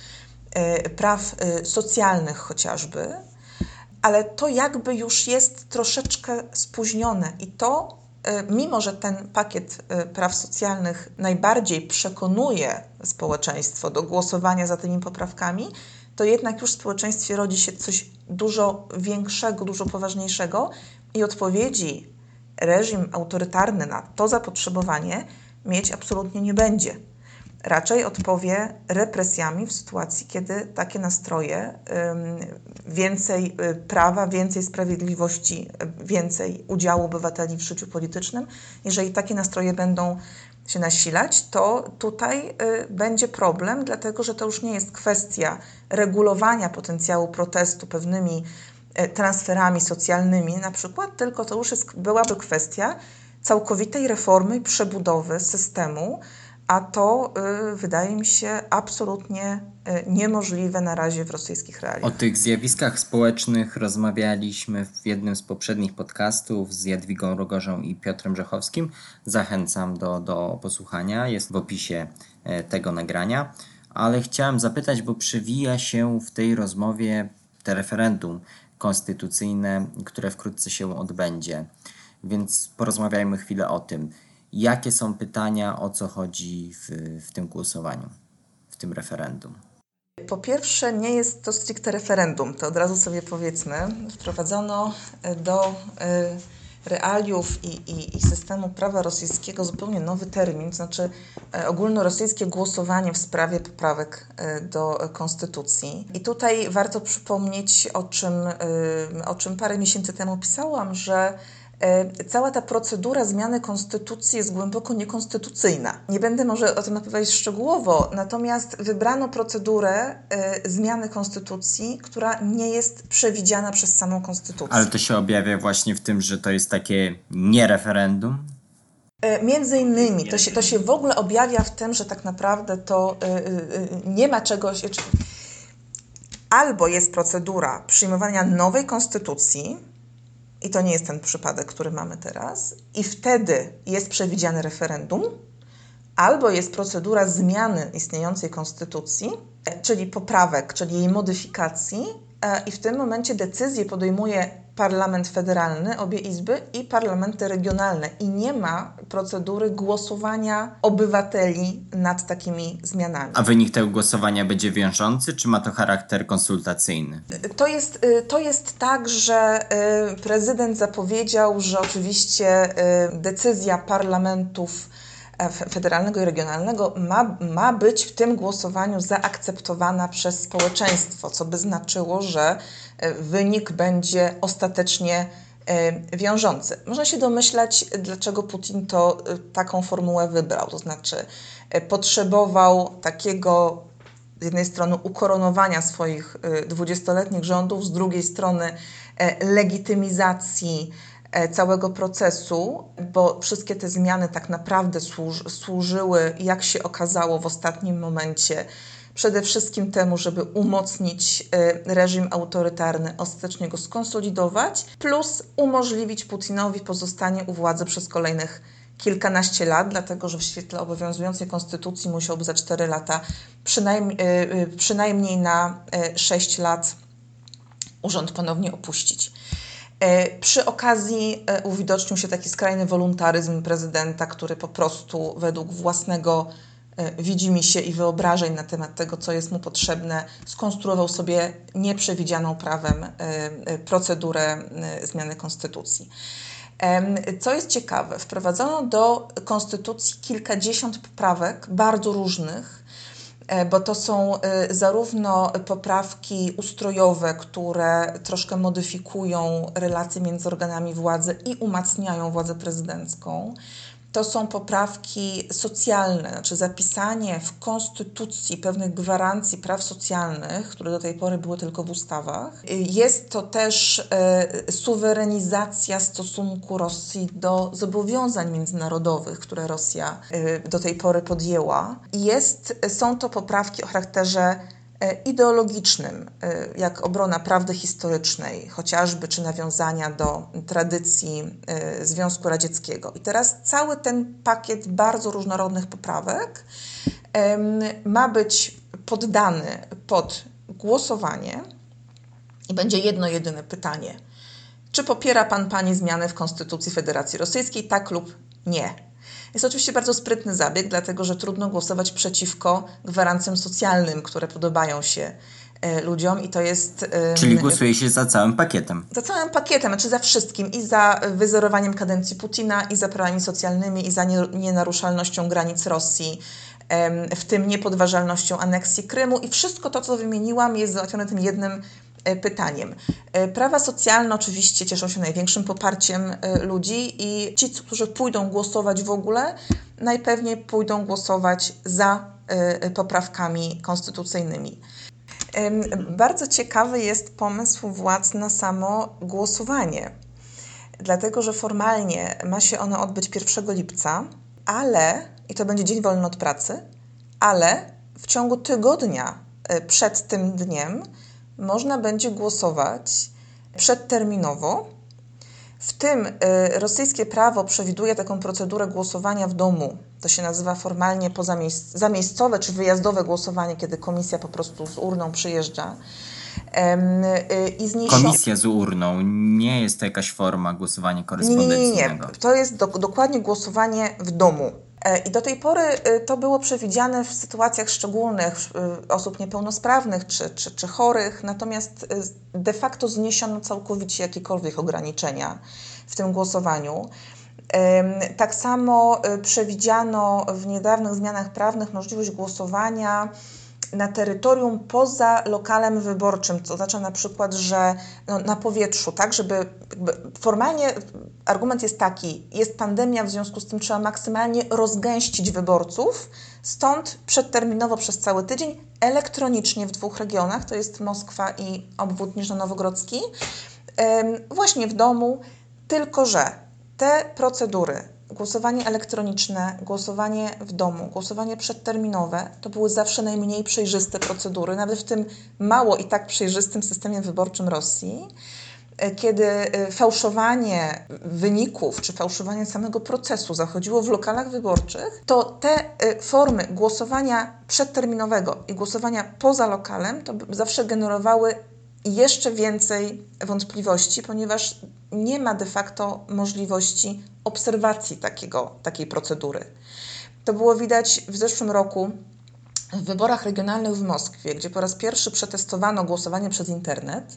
praw socjalnych chociażby, ale to jakby już jest troszeczkę spóźnione i to, mimo że ten pakiet praw socjalnych najbardziej przekonuje społeczeństwo do głosowania za tymi poprawkami, to jednak już w społeczeństwie rodzi się coś dużo większego, dużo poważniejszego i odpowiedzi reżim autorytarny na to zapotrzebowanie mieć absolutnie nie będzie. Raczej odpowie represjami w sytuacji, kiedy takie nastroje, więcej prawa, więcej sprawiedliwości, więcej udziału obywateli w życiu politycznym, jeżeli takie nastroje będą się nasilać, to tutaj będzie problem, dlatego że to już nie jest kwestia regulowania potencjału protestu pewnymi transferami socjalnymi na przykład, tylko to już byłaby kwestia całkowitej reformy i przebudowy systemu, a to wydaje mi się absolutnie niemożliwe na razie w rosyjskich realiach. O tych zjawiskach społecznych rozmawialiśmy w jednym z poprzednich podcastów z Jadwigą Rogorzą i Piotrem Rzechowskim. Zachęcam do posłuchania, jest w opisie tego nagrania. Ale chciałem zapytać, bo przewija się w tej rozmowie te referendum konstytucyjne, które wkrótce się odbędzie. Więc porozmawiajmy chwilę o tym. Jakie są pytania, o co chodzi w tym głosowaniu, w tym referendum? Po pierwsze, nie jest to stricte referendum, to od razu sobie powiedzmy. Wprowadzono do realiów i systemu prawa rosyjskiego zupełnie nowy termin, to znaczy ogólnorosyjskie głosowanie w sprawie poprawek do konstytucji. I tutaj warto przypomnieć, o czym parę miesięcy temu pisałam, że cała ta procedura zmiany konstytucji jest głęboko niekonstytucyjna. Nie będę może o tym opowiadać szczegółowo, natomiast wybrano procedurę zmiany konstytucji, która nie jest przewidziana przez samą konstytucję. Ale to się objawia właśnie w tym, że to jest takie niereferendum? Między innymi to się w ogóle objawia w tym, że tak naprawdę to nie ma czegoś... Albo jest procedura przyjmowania nowej konstytucji, i to nie jest ten przypadek, który mamy teraz, i wtedy jest przewidziane referendum, albo jest procedura zmiany istniejącej konstytucji, czyli poprawek, czyli jej modyfikacji, i w tym momencie decyzję podejmuje parlament federalny, obie izby, i parlamenty regionalne. I nie ma procedury głosowania obywateli nad takimi zmianami. A wynik tego głosowania będzie wiążący, czy ma to charakter konsultacyjny? To jest tak, że prezydent zapowiedział, że oczywiście decyzja parlamentów federalnego i regionalnego ma być w tym głosowaniu zaakceptowana przez społeczeństwo, co by znaczyło, że wynik będzie ostatecznie wiążący. Można się domyślać, dlaczego Putin taką formułę wybrał. To znaczy potrzebował takiego z jednej strony ukoronowania swoich 20-letnich rządów, z drugiej strony legitymizacji całego procesu, bo wszystkie te zmiany tak naprawdę służyły, jak się okazało w ostatnim momencie, przede wszystkim temu, żeby umocnić reżim autorytarny, ostatecznie go skonsolidować, plus umożliwić Putinowi pozostanie u władzy przez kolejnych kilkanaście lat, dlatego że w świetle obowiązującej konstytucji musiałby za 4 lata przynajmniej na 6 lat urząd ponownie opuścić. Przy okazji uwidocznił się taki skrajny woluntaryzm prezydenta, który po prostu według własnego widzimisię i wyobrażeń na temat tego, co jest mu potrzebne, skonstruował sobie nieprzewidzianą prawem procedurę zmiany konstytucji. Co jest ciekawe, wprowadzono do konstytucji kilkadziesiąt poprawek, bardzo różnych, bo to są zarówno poprawki ustrojowe, które troszkę modyfikują relacje między organami władzy i umacniają władzę prezydencką. To są poprawki socjalne, znaczy zapisanie w konstytucji pewnych gwarancji praw socjalnych, które do tej pory były tylko w ustawach. Jest to też suwerenizacja stosunku Rosji do zobowiązań międzynarodowych, które Rosja do tej pory podjęła. Są to poprawki o charakterze ideologicznym, jak obrona prawdy historycznej, chociażby, czy nawiązania do tradycji Związku Radzieckiego. I teraz cały ten pakiet bardzo różnorodnych poprawek ma być poddany pod głosowanie i będzie jedno jedyne pytanie. Czy popiera pan, pani zmiany w Konstytucji Federacji Rosyjskiej? Tak lub nie. Jest oczywiście bardzo sprytny zabieg, dlatego że trudno głosować przeciwko gwarancjom socjalnym, które podobają się ludziom i to jest... Czyli głosuje się za całym pakietem. Za całym pakietem, znaczy za wszystkim. I za wyzerowaniem kadencji Putina, i za prawami socjalnymi, i za nienaruszalnością granic Rosji, w tym niepodważalnością aneksji Krymu. I wszystko to, co wymieniłam, jest załatwione tym jednym pytaniem. Prawa socjalne oczywiście cieszą się największym poparciem ludzi i ci, którzy pójdą głosować w ogóle, najpewniej pójdą głosować za poprawkami konstytucyjnymi. Bardzo ciekawy jest pomysł władz na samo głosowanie, dlatego że formalnie ma się ono odbyć 1 lipca, i to będzie dzień wolny od pracy, ale w ciągu tygodnia przed tym dniem można będzie głosować przedterminowo. W tym rosyjskie prawo przewiduje taką procedurę głosowania w domu. To się nazywa formalnie zamiejscowe czy wyjazdowe głosowanie, kiedy komisja po prostu z urną przyjeżdża. Komisja z urną, nie jest to jakaś forma głosowania korespondencyjnego? Nie. To jest dokładnie głosowanie w domu. I do tej pory to było przewidziane w sytuacjach szczególnych osób niepełnosprawnych czy chorych, natomiast de facto zniesiono całkowicie jakiekolwiek ograniczenia w tym głosowaniu. Tak samo przewidziano w niedawnych zmianach prawnych możliwość głosowania na terytorium poza lokalem wyborczym, to oznacza na przykład, że na powietrzu, tak, żeby formalnie argument jest taki, jest pandemia, w związku z tym trzeba maksymalnie rozgęścić wyborców, stąd przedterminowo przez cały tydzień elektronicznie w 2 regionach, to jest Moskwa i obwód niżnonowogrodzki, właśnie w domu, tylko że te procedury, głosowanie elektroniczne, głosowanie w domu, głosowanie przedterminowe, to były zawsze najmniej przejrzyste procedury, nawet w tym mało i tak przejrzystym systemie wyborczym Rosji, kiedy fałszowanie wyników czy fałszowanie samego procesu zachodziło w lokalach wyborczych, to te formy głosowania przedterminowego i głosowania poza lokalem to zawsze generowały jeszcze więcej wątpliwości, ponieważ nie ma de facto możliwości obserwacji takiej procedury. To było widać w zeszłym roku w wyborach regionalnych w Moskwie, gdzie po raz pierwszy przetestowano głosowanie przez internet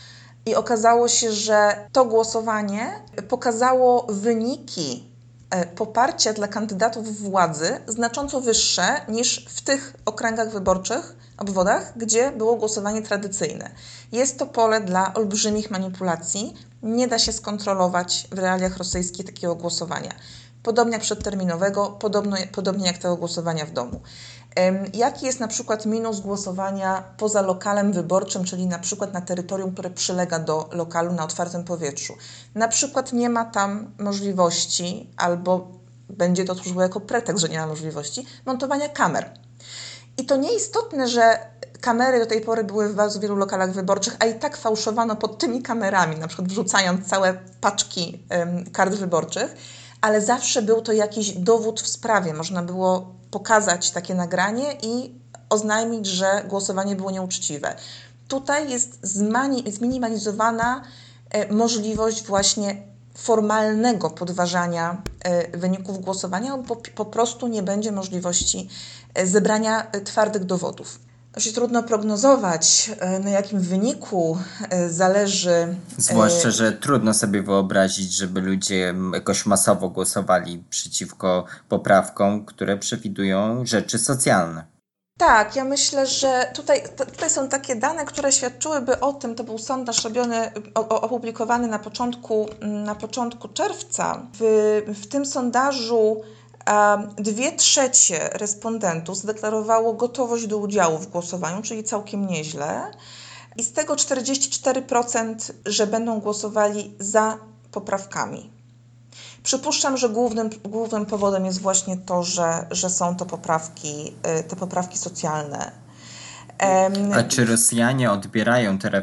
i okazało się, że to głosowanie pokazało wyniki poparcia dla kandydatów władzy znacząco wyższe niż w tych okręgach wyborczych, obwodach, gdzie było głosowanie tradycyjne. Jest to pole dla olbrzymich manipulacji. Nie da się skontrolować w realiach rosyjskich takiego głosowania. Podobnie jak przedterminowego, podobnie jak tego głosowania w domu. Jaki jest na przykład minus głosowania poza lokalem wyborczym, czyli na przykład na terytorium, które przylega do lokalu na otwartym powietrzu? Na przykład nie ma tam możliwości, albo będzie to służyło jako pretekst, że nie ma możliwości, montowania kamer. I to nieistotne, że kamery do tej pory były w bardzo wielu lokalach wyborczych, a i tak fałszowano pod tymi kamerami, na przykład wrzucając całe paczki kart wyborczych, ale zawsze był to jakiś dowód w sprawie. Można było pokazać takie nagranie i oznajmić, że głosowanie było nieuczciwe. Tutaj jest zminimalizowana możliwość właśnie formalnego podważania wyników głosowania, bo po prostu nie będzie możliwości zebrania twardych dowodów. Dość trudno prognozować, na jakim wyniku zależy... Zwłaszcza, że trudno sobie wyobrazić, żeby ludzie jakoś masowo głosowali przeciwko poprawkom, które przewidują rzeczy socjalne. Tak, ja myślę, że tutaj są takie dane, które świadczyłyby o tym, to był sondaż robiony, opublikowany na początku czerwca. W tym sondażu 2/3 respondentów zadeklarowało gotowość do udziału w głosowaniu, czyli całkiem nieźle. I z tego 44%, że będą głosowali za poprawkami. Przypuszczam, że głównym powodem jest właśnie to, że są to te poprawki socjalne. A czy Rosjanie odbierają te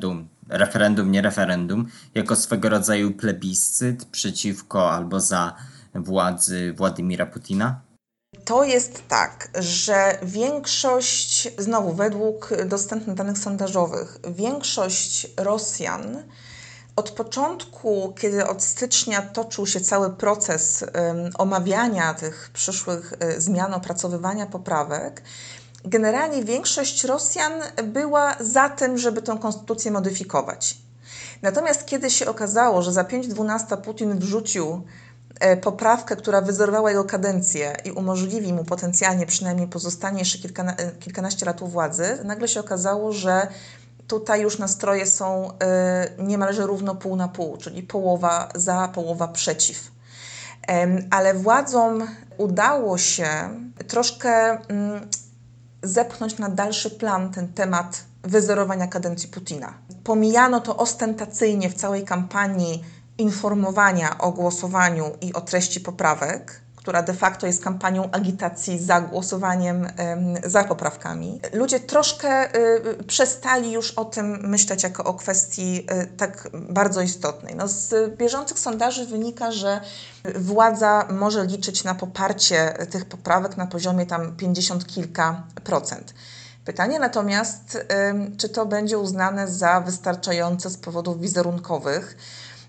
nie referendum, jako swego rodzaju plebiscyt przeciwko albo za władzy Władimira Putina? To jest tak, że większość, znowu według dostępnych danych sondażowych, większość Rosjan od początku, kiedy od stycznia toczył się cały proces omawiania tych przyszłych zmian, opracowywania poprawek, generalnie większość Rosjan była za tym, żeby tę konstytucję modyfikować. Natomiast kiedy się okazało, że za 5/12 Putin wrzucił poprawkę, która wyzerowała jego kadencję i umożliwi mu potencjalnie przynajmniej pozostanie jeszcze kilkanaście lat u władzy, nagle się okazało, że tutaj już nastroje są niemalże równo pół na pół, czyli połowa za, połowa przeciw. Ale władzom udało się troszkę zepchnąć na dalszy plan ten temat wyzerowania kadencji Putina. Pomijano to ostentacyjnie w całej kampanii informowania o głosowaniu i o treści poprawek, która de facto jest kampanią agitacji za głosowaniem za poprawkami. Ludzie troszkę przestali już o tym myśleć jako o kwestii tak bardzo istotnej. No, z bieżących sondaży wynika, że władza może liczyć na poparcie tych poprawek na poziomie tam 50 kilka procent. Pytanie natomiast, czy to będzie uznane za wystarczające z powodów wizerunkowych.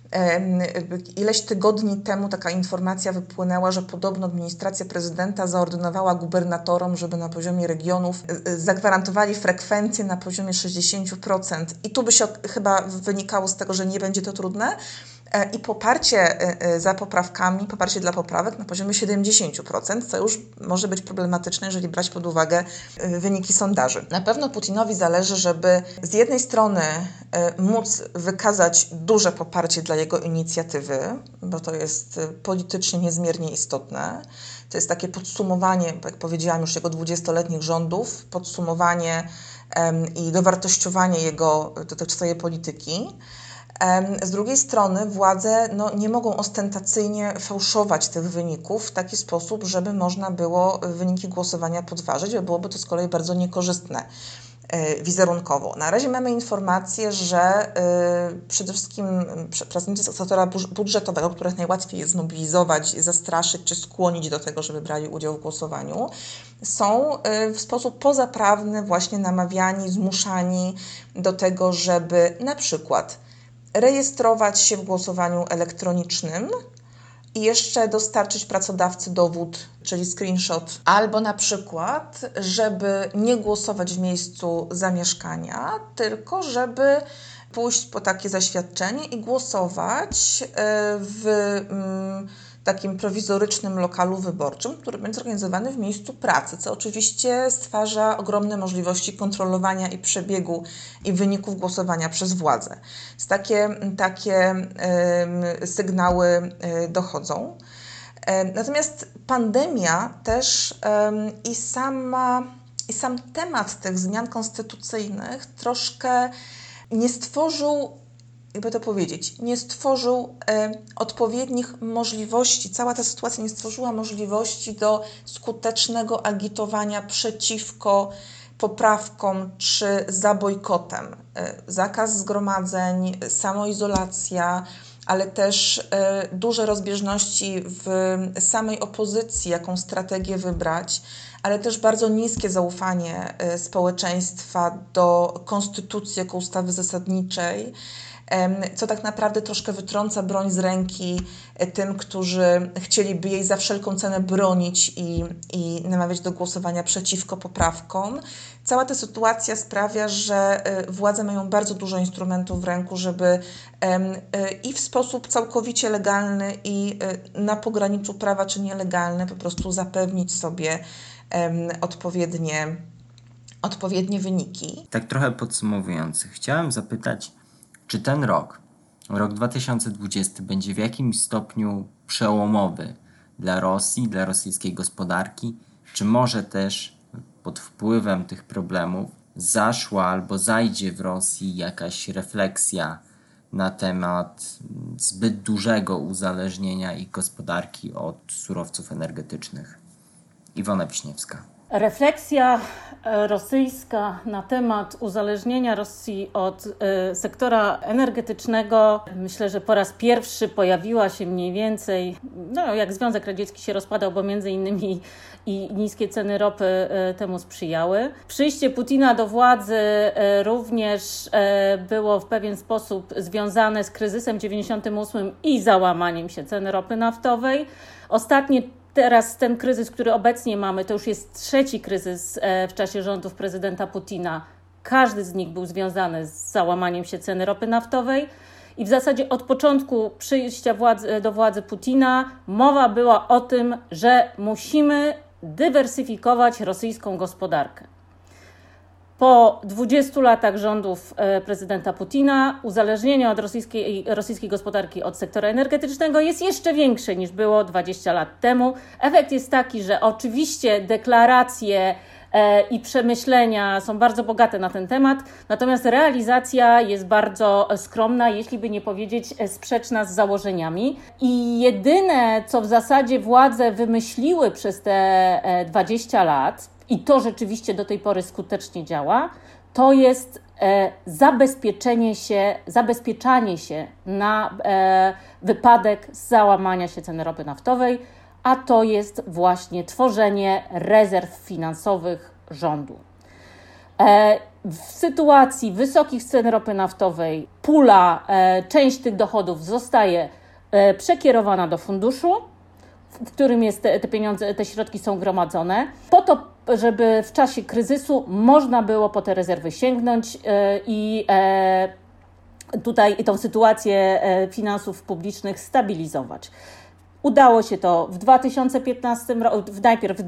Ileś tygodni temu taka informacja wypłynęła, że podobno administracja prezydenta zaordynowała gubernatorom, żeby na poziomie regionów zagwarantowali frekwencję na poziomie 60%. I tu by się chyba wynikało z tego, że nie będzie to trudne. I poparcie za poprawkami, poparcie dla poprawek na poziomie 70%, co już może być problematyczne, jeżeli brać pod uwagę wyniki sondaży. Na pewno Putinowi zależy, żeby z jednej strony móc wykazać duże poparcie dla jego inicjatywy, bo to jest politycznie niezmiernie istotne. To jest takie podsumowanie, jak powiedziałam już, jego 20-letnich rządów, podsumowanie i dowartościowanie jego dotychczasowej polityki. Z drugiej strony władze nie mogą ostentacyjnie fałszować tych wyników w taki sposób, żeby można było wyniki głosowania podważyć, bo byłoby to z kolei bardzo niekorzystne wizerunkowo. Na razie mamy informację, że przede wszystkim pracownicy sektora budżetowego, których najłatwiej jest zmobilizować, zastraszyć czy skłonić do tego, żeby brali udział w głosowaniu, są w sposób pozaprawny właśnie namawiani, zmuszani do tego, żeby na przykład rejestrować się w głosowaniu elektronicznym i jeszcze dostarczyć pracodawcy dowód, czyli screenshot, albo na przykład, żeby nie głosować w miejscu zamieszkania, tylko żeby pójść po takie zaświadczenie i głosować w takim prowizorycznym lokalu wyborczym, który będzie zorganizowany w miejscu pracy, co oczywiście stwarza ogromne możliwości kontrolowania i przebiegu i wyników głosowania przez władzę. Takie sygnały dochodzą. Natomiast pandemia też i sam temat tych zmian konstytucyjnych troszkę nie stworzył, jakby to powiedzieć, nie stworzył odpowiednich możliwości, cała ta sytuacja nie stworzyła możliwości do skutecznego agitowania przeciwko poprawkom czy za bojkotem. Zakaz zgromadzeń, samoizolacja, ale też duże rozbieżności w samej opozycji, jaką strategię wybrać, ale też bardzo niskie zaufanie społeczeństwa do konstytucji jako ustawy zasadniczej, co tak naprawdę troszkę wytrąca broń z ręki tym, którzy chcieliby jej za wszelką cenę bronić i namawiać do głosowania przeciwko poprawkom. Cała ta sytuacja sprawia, że władze mają bardzo dużo instrumentów w ręku, żeby i w sposób całkowicie legalny i na pograniczu prawa czy nielegalny po prostu zapewnić sobie odpowiednie wyniki. Tak trochę podsumowując, chciałem zapytać, czy ten rok 2020 będzie w jakimś stopniu przełomowy dla Rosji, dla rosyjskiej gospodarki, czy może też pod wpływem tych problemów zaszła albo zajdzie w Rosji jakaś refleksja na temat zbyt dużego uzależnienia ich gospodarki od surowców energetycznych? Iwona Wiśniewska. Refleksja rosyjska na temat uzależnienia Rosji od sektora energetycznego, myślę, że po raz pierwszy pojawiła się mniej więcej, jak Związek Radziecki się rozpadał, bo między innymi i niskie ceny ropy temu sprzyjały. Przyjście Putina do władzy również było w pewien sposób związane z kryzysem 98 i załamaniem się ceny ropy naftowej. Teraz ten kryzys, który obecnie mamy, to już jest trzeci kryzys w czasie rządów prezydenta Putina. Każdy z nich był związany z załamaniem się ceny ropy naftowej i w zasadzie od początku przyjścia do władzy Putina mowa była o tym, że musimy dywersyfikować rosyjską gospodarkę. Po 20 latach rządów prezydenta Putina uzależnienie od rosyjskiej gospodarki od sektora energetycznego jest jeszcze większe niż było 20 lat temu. Efekt jest taki, że oczywiście deklaracje i przemyślenia są bardzo bogate na ten temat, natomiast realizacja jest bardzo skromna, jeśli by nie powiedzieć sprzeczna z założeniami. I jedyne, co w zasadzie władze wymyśliły przez te 20 lat, i to rzeczywiście do tej pory skutecznie działa, to jest zabezpieczanie się na wypadek załamania się ceny ropy naftowej, a to jest właśnie tworzenie rezerw finansowych rządu. W sytuacji wysokich cen ropy naftowej część tych dochodów zostaje przekierowana do funduszu, w którym te pieniądze, te środki są gromadzone, po to, żeby w czasie kryzysu można było po te rezerwy sięgnąć i tutaj tą sytuację finansów publicznych stabilizować. Udało się to w 2015 roku, najpierw w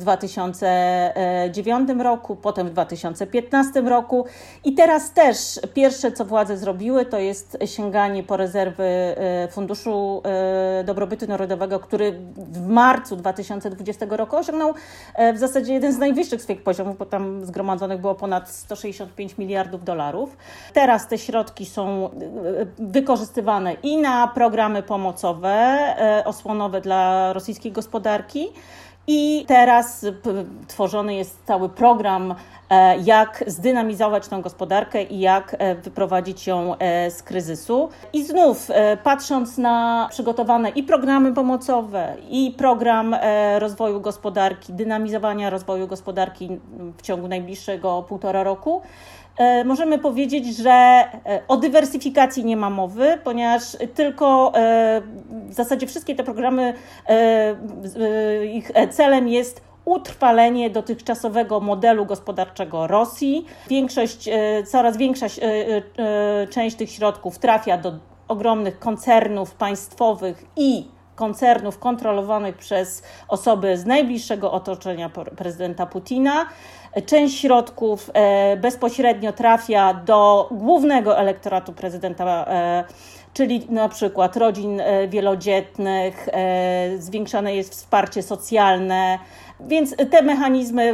2009 roku, potem w 2015 roku i teraz też pierwsze, co władze zrobiły, to jest sięganie po rezerwy Funduszu Dobrobytu Narodowego, który w marcu 2020 roku osiągnął w zasadzie jeden z najwyższych swoich poziomów, bo tam zgromadzonych było ponad 165 miliardów dolarów. Teraz te środki są wykorzystywane i na programy pomocowe, osłonowe dla rosyjskiej gospodarki i teraz tworzony jest cały program, jak zdynamizować tę gospodarkę i jak wyprowadzić ją z kryzysu. I znów patrząc na przygotowane i programy pomocowe, i program rozwoju gospodarki, dynamizowania rozwoju gospodarki w ciągu najbliższego 1,5 roku, możemy powiedzieć, że o dywersyfikacji nie ma mowy, ponieważ tylko w zasadzie wszystkie te programy, ich celem jest utrwalenie dotychczasowego modelu gospodarczego Rosji. Coraz większa część tych środków trafia do ogromnych koncernów państwowych i koncernów kontrolowanych przez osoby z najbliższego otoczenia prezydenta Putina. Część środków bezpośrednio trafia do głównego elektoratu prezydenta, czyli na przykład rodzin wielodzietnych, zwiększane jest wsparcie socjalne, więc te mechanizmy,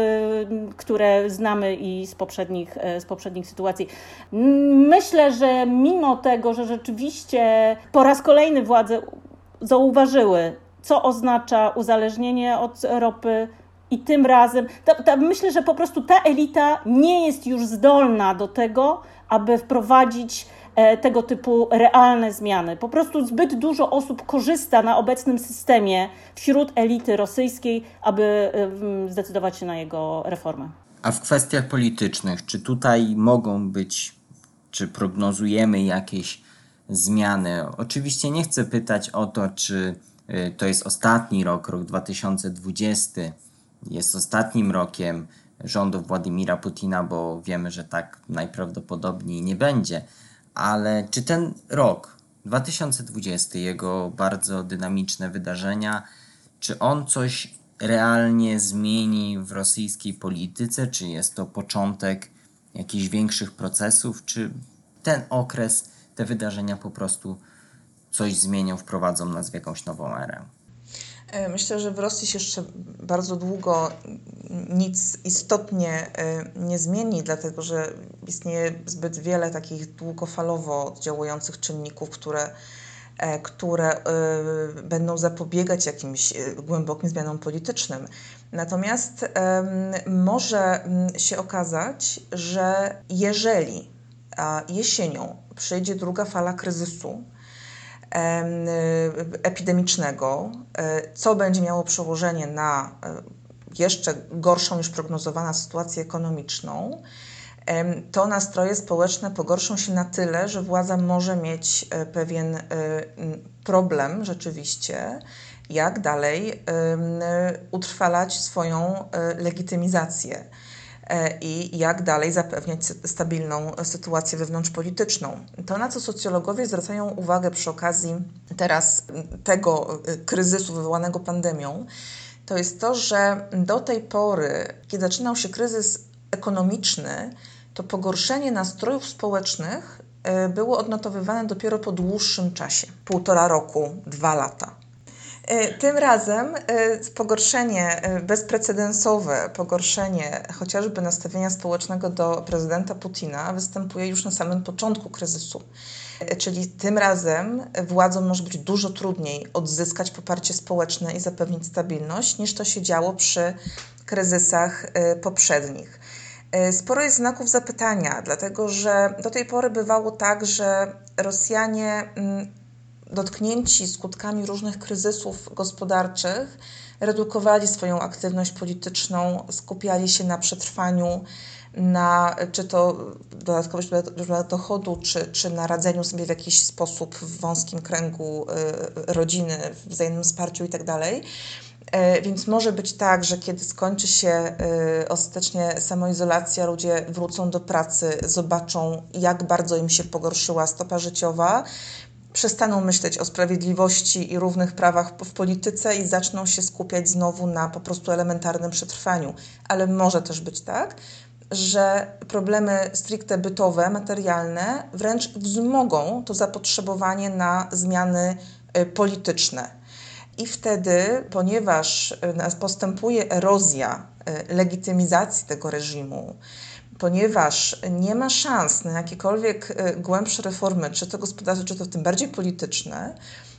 które znamy i z poprzednich sytuacji. Myślę, że mimo tego, że rzeczywiście po raz kolejny władze zauważyły, co oznacza uzależnienie od ropy, i tym razem myślę, że po prostu ta elita nie jest już zdolna do tego, aby wprowadzić tego typu realne zmiany. Po prostu zbyt dużo osób korzysta na obecnym systemie wśród elity rosyjskiej, aby zdecydować się na jego reformę. A w kwestiach politycznych, czy tutaj mogą być, czy prognozujemy jakieś zmiany? Oczywiście nie chcę pytać o to, czy to jest ostatni rok 2020, jest ostatnim rokiem rządów Władimira Putina, bo wiemy, że tak najprawdopodobniej nie będzie. Ale czy ten rok 2020, jego bardzo dynamiczne wydarzenia, czy on coś realnie zmieni w rosyjskiej polityce? Czy jest to początek jakichś większych procesów? Czy ten okres, te wydarzenia po prostu coś zmienią, wprowadzą nas w jakąś nową erę? Myślę, że w Rosji się jeszcze bardzo długo nic istotnie nie zmieni, dlatego że istnieje zbyt wiele takich długofalowo działających czynników, które będą zapobiegać jakimś głębokim zmianom politycznym. Natomiast może się okazać, że jeżeli jesienią przyjdzie druga fala kryzysu epidemicznego, co będzie miało przełożenie na jeszcze gorszą niż prognozowana sytuację ekonomiczną, to nastroje społeczne pogorszą się na tyle, że władza może mieć pewien problem rzeczywiście, jak dalej utrwalać swoją legitymizację i jak dalej zapewniać stabilną sytuację wewnątrzpolityczną. To, na co socjologowie zwracają uwagę przy okazji teraz tego kryzysu wywołanego pandemią, to jest to, że do tej pory, kiedy zaczynał się kryzys ekonomiczny, to pogorszenie nastrojów społecznych było odnotowywane dopiero po dłuższym czasie, 1,5 roku, 2 lata. Tym razem bezprecedensowe pogorszenie chociażby nastawienia społecznego do prezydenta Putina występuje już na samym początku kryzysu. Czyli tym razem władzom może być dużo trudniej odzyskać poparcie społeczne i zapewnić stabilność, niż to się działo przy kryzysach poprzednich. Sporo jest znaków zapytania, dlatego że do tej pory bywało tak, że Rosjanie dotknięci skutkami różnych kryzysów gospodarczych, redukowali swoją aktywność polityczną, skupiali się na przetrwaniu, na czy to dodatkowość dochodu, czy na radzeniu sobie w jakiś sposób w wąskim kręgu rodziny, wzajemnym wsparciu itd. Więc może być tak, że kiedy skończy się ostatecznie samoizolacja, ludzie wrócą do pracy, zobaczą, jak bardzo im się pogorszyła stopa życiowa, przestaną myśleć o sprawiedliwości i równych prawach w polityce i zaczną się skupiać znowu na po prostu elementarnym przetrwaniu. Ale może też być tak, że problemy stricte bytowe, materialne wręcz wzmogą to zapotrzebowanie na zmiany polityczne. I wtedy, ponieważ postępuje erozja legitymizacji tego reżimu, ponieważ nie ma szans na jakiekolwiek głębsze reformy, czy to gospodarcze, czy to tym bardziej polityczne,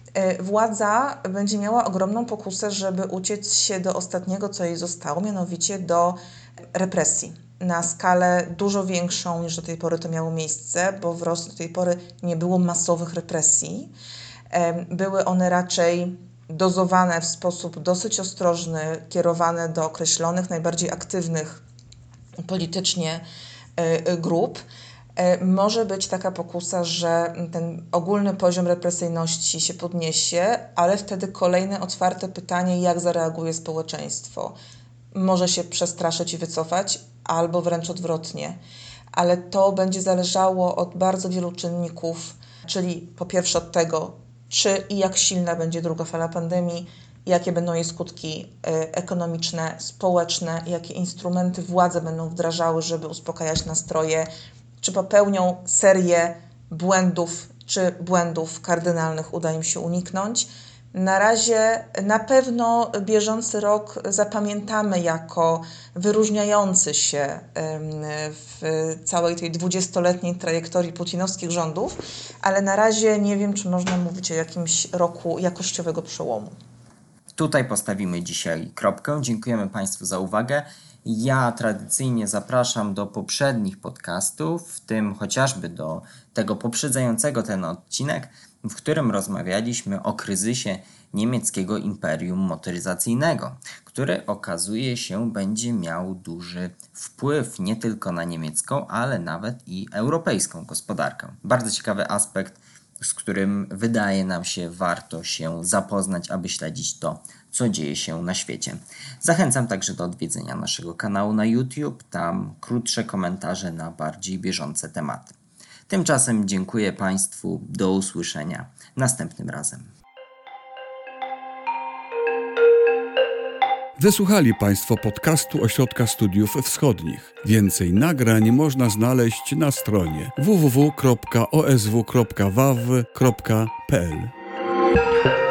władza będzie miała ogromną pokusę, żeby uciec się do ostatniego, co jej zostało, mianowicie do represji na skalę dużo większą niż do tej pory to miało miejsce, bo w Rosji do tej pory nie było masowych represji. Były one raczej dozowane w sposób dosyć ostrożny, kierowane do określonych, najbardziej aktywnych politycznie grup. Może być taka pokusa, że ten ogólny poziom represyjności się podniesie, ale wtedy kolejne otwarte pytanie, jak zareaguje społeczeństwo. Może się przestraszyć i wycofać, albo wręcz odwrotnie. Ale to będzie zależało od bardzo wielu czynników, czyli po pierwsze od tego, czy i jak silna będzie druga fala pandemii, jakie będą jej skutki ekonomiczne, społeczne, jakie instrumenty władze będą wdrażały, żeby uspokajać nastroje, czy popełnią serię błędów, czy błędów kardynalnych uda im się uniknąć. Na razie na pewno bieżący rok zapamiętamy jako wyróżniający się w całej tej 20-letniej trajektorii putinowskich rządów, ale na razie nie wiem, czy można mówić o jakimś roku jakościowego przełomu. Tutaj postawimy dzisiaj kropkę. Dziękujemy Państwu za uwagę. Ja tradycyjnie zapraszam do poprzednich podcastów, w tym chociażby do tego poprzedzającego ten odcinek, w którym rozmawialiśmy o kryzysie niemieckiego imperium motoryzacyjnego, który okazuje się będzie miał duży wpływ nie tylko na niemiecką, ale nawet i europejską gospodarkę. Bardzo ciekawy aspekt, z którym wydaje nam się warto się zapoznać, aby śledzić to, co dzieje się na świecie. Zachęcam także do odwiedzenia naszego kanału na YouTube, tam krótsze komentarze na bardziej bieżące tematy. Tymczasem dziękuję Państwu, do usłyszenia następnym razem. Wysłuchali Państwo podcastu Ośrodka Studiów Wschodnich. Więcej nagrań można znaleźć na stronie www.osw.waw.pl.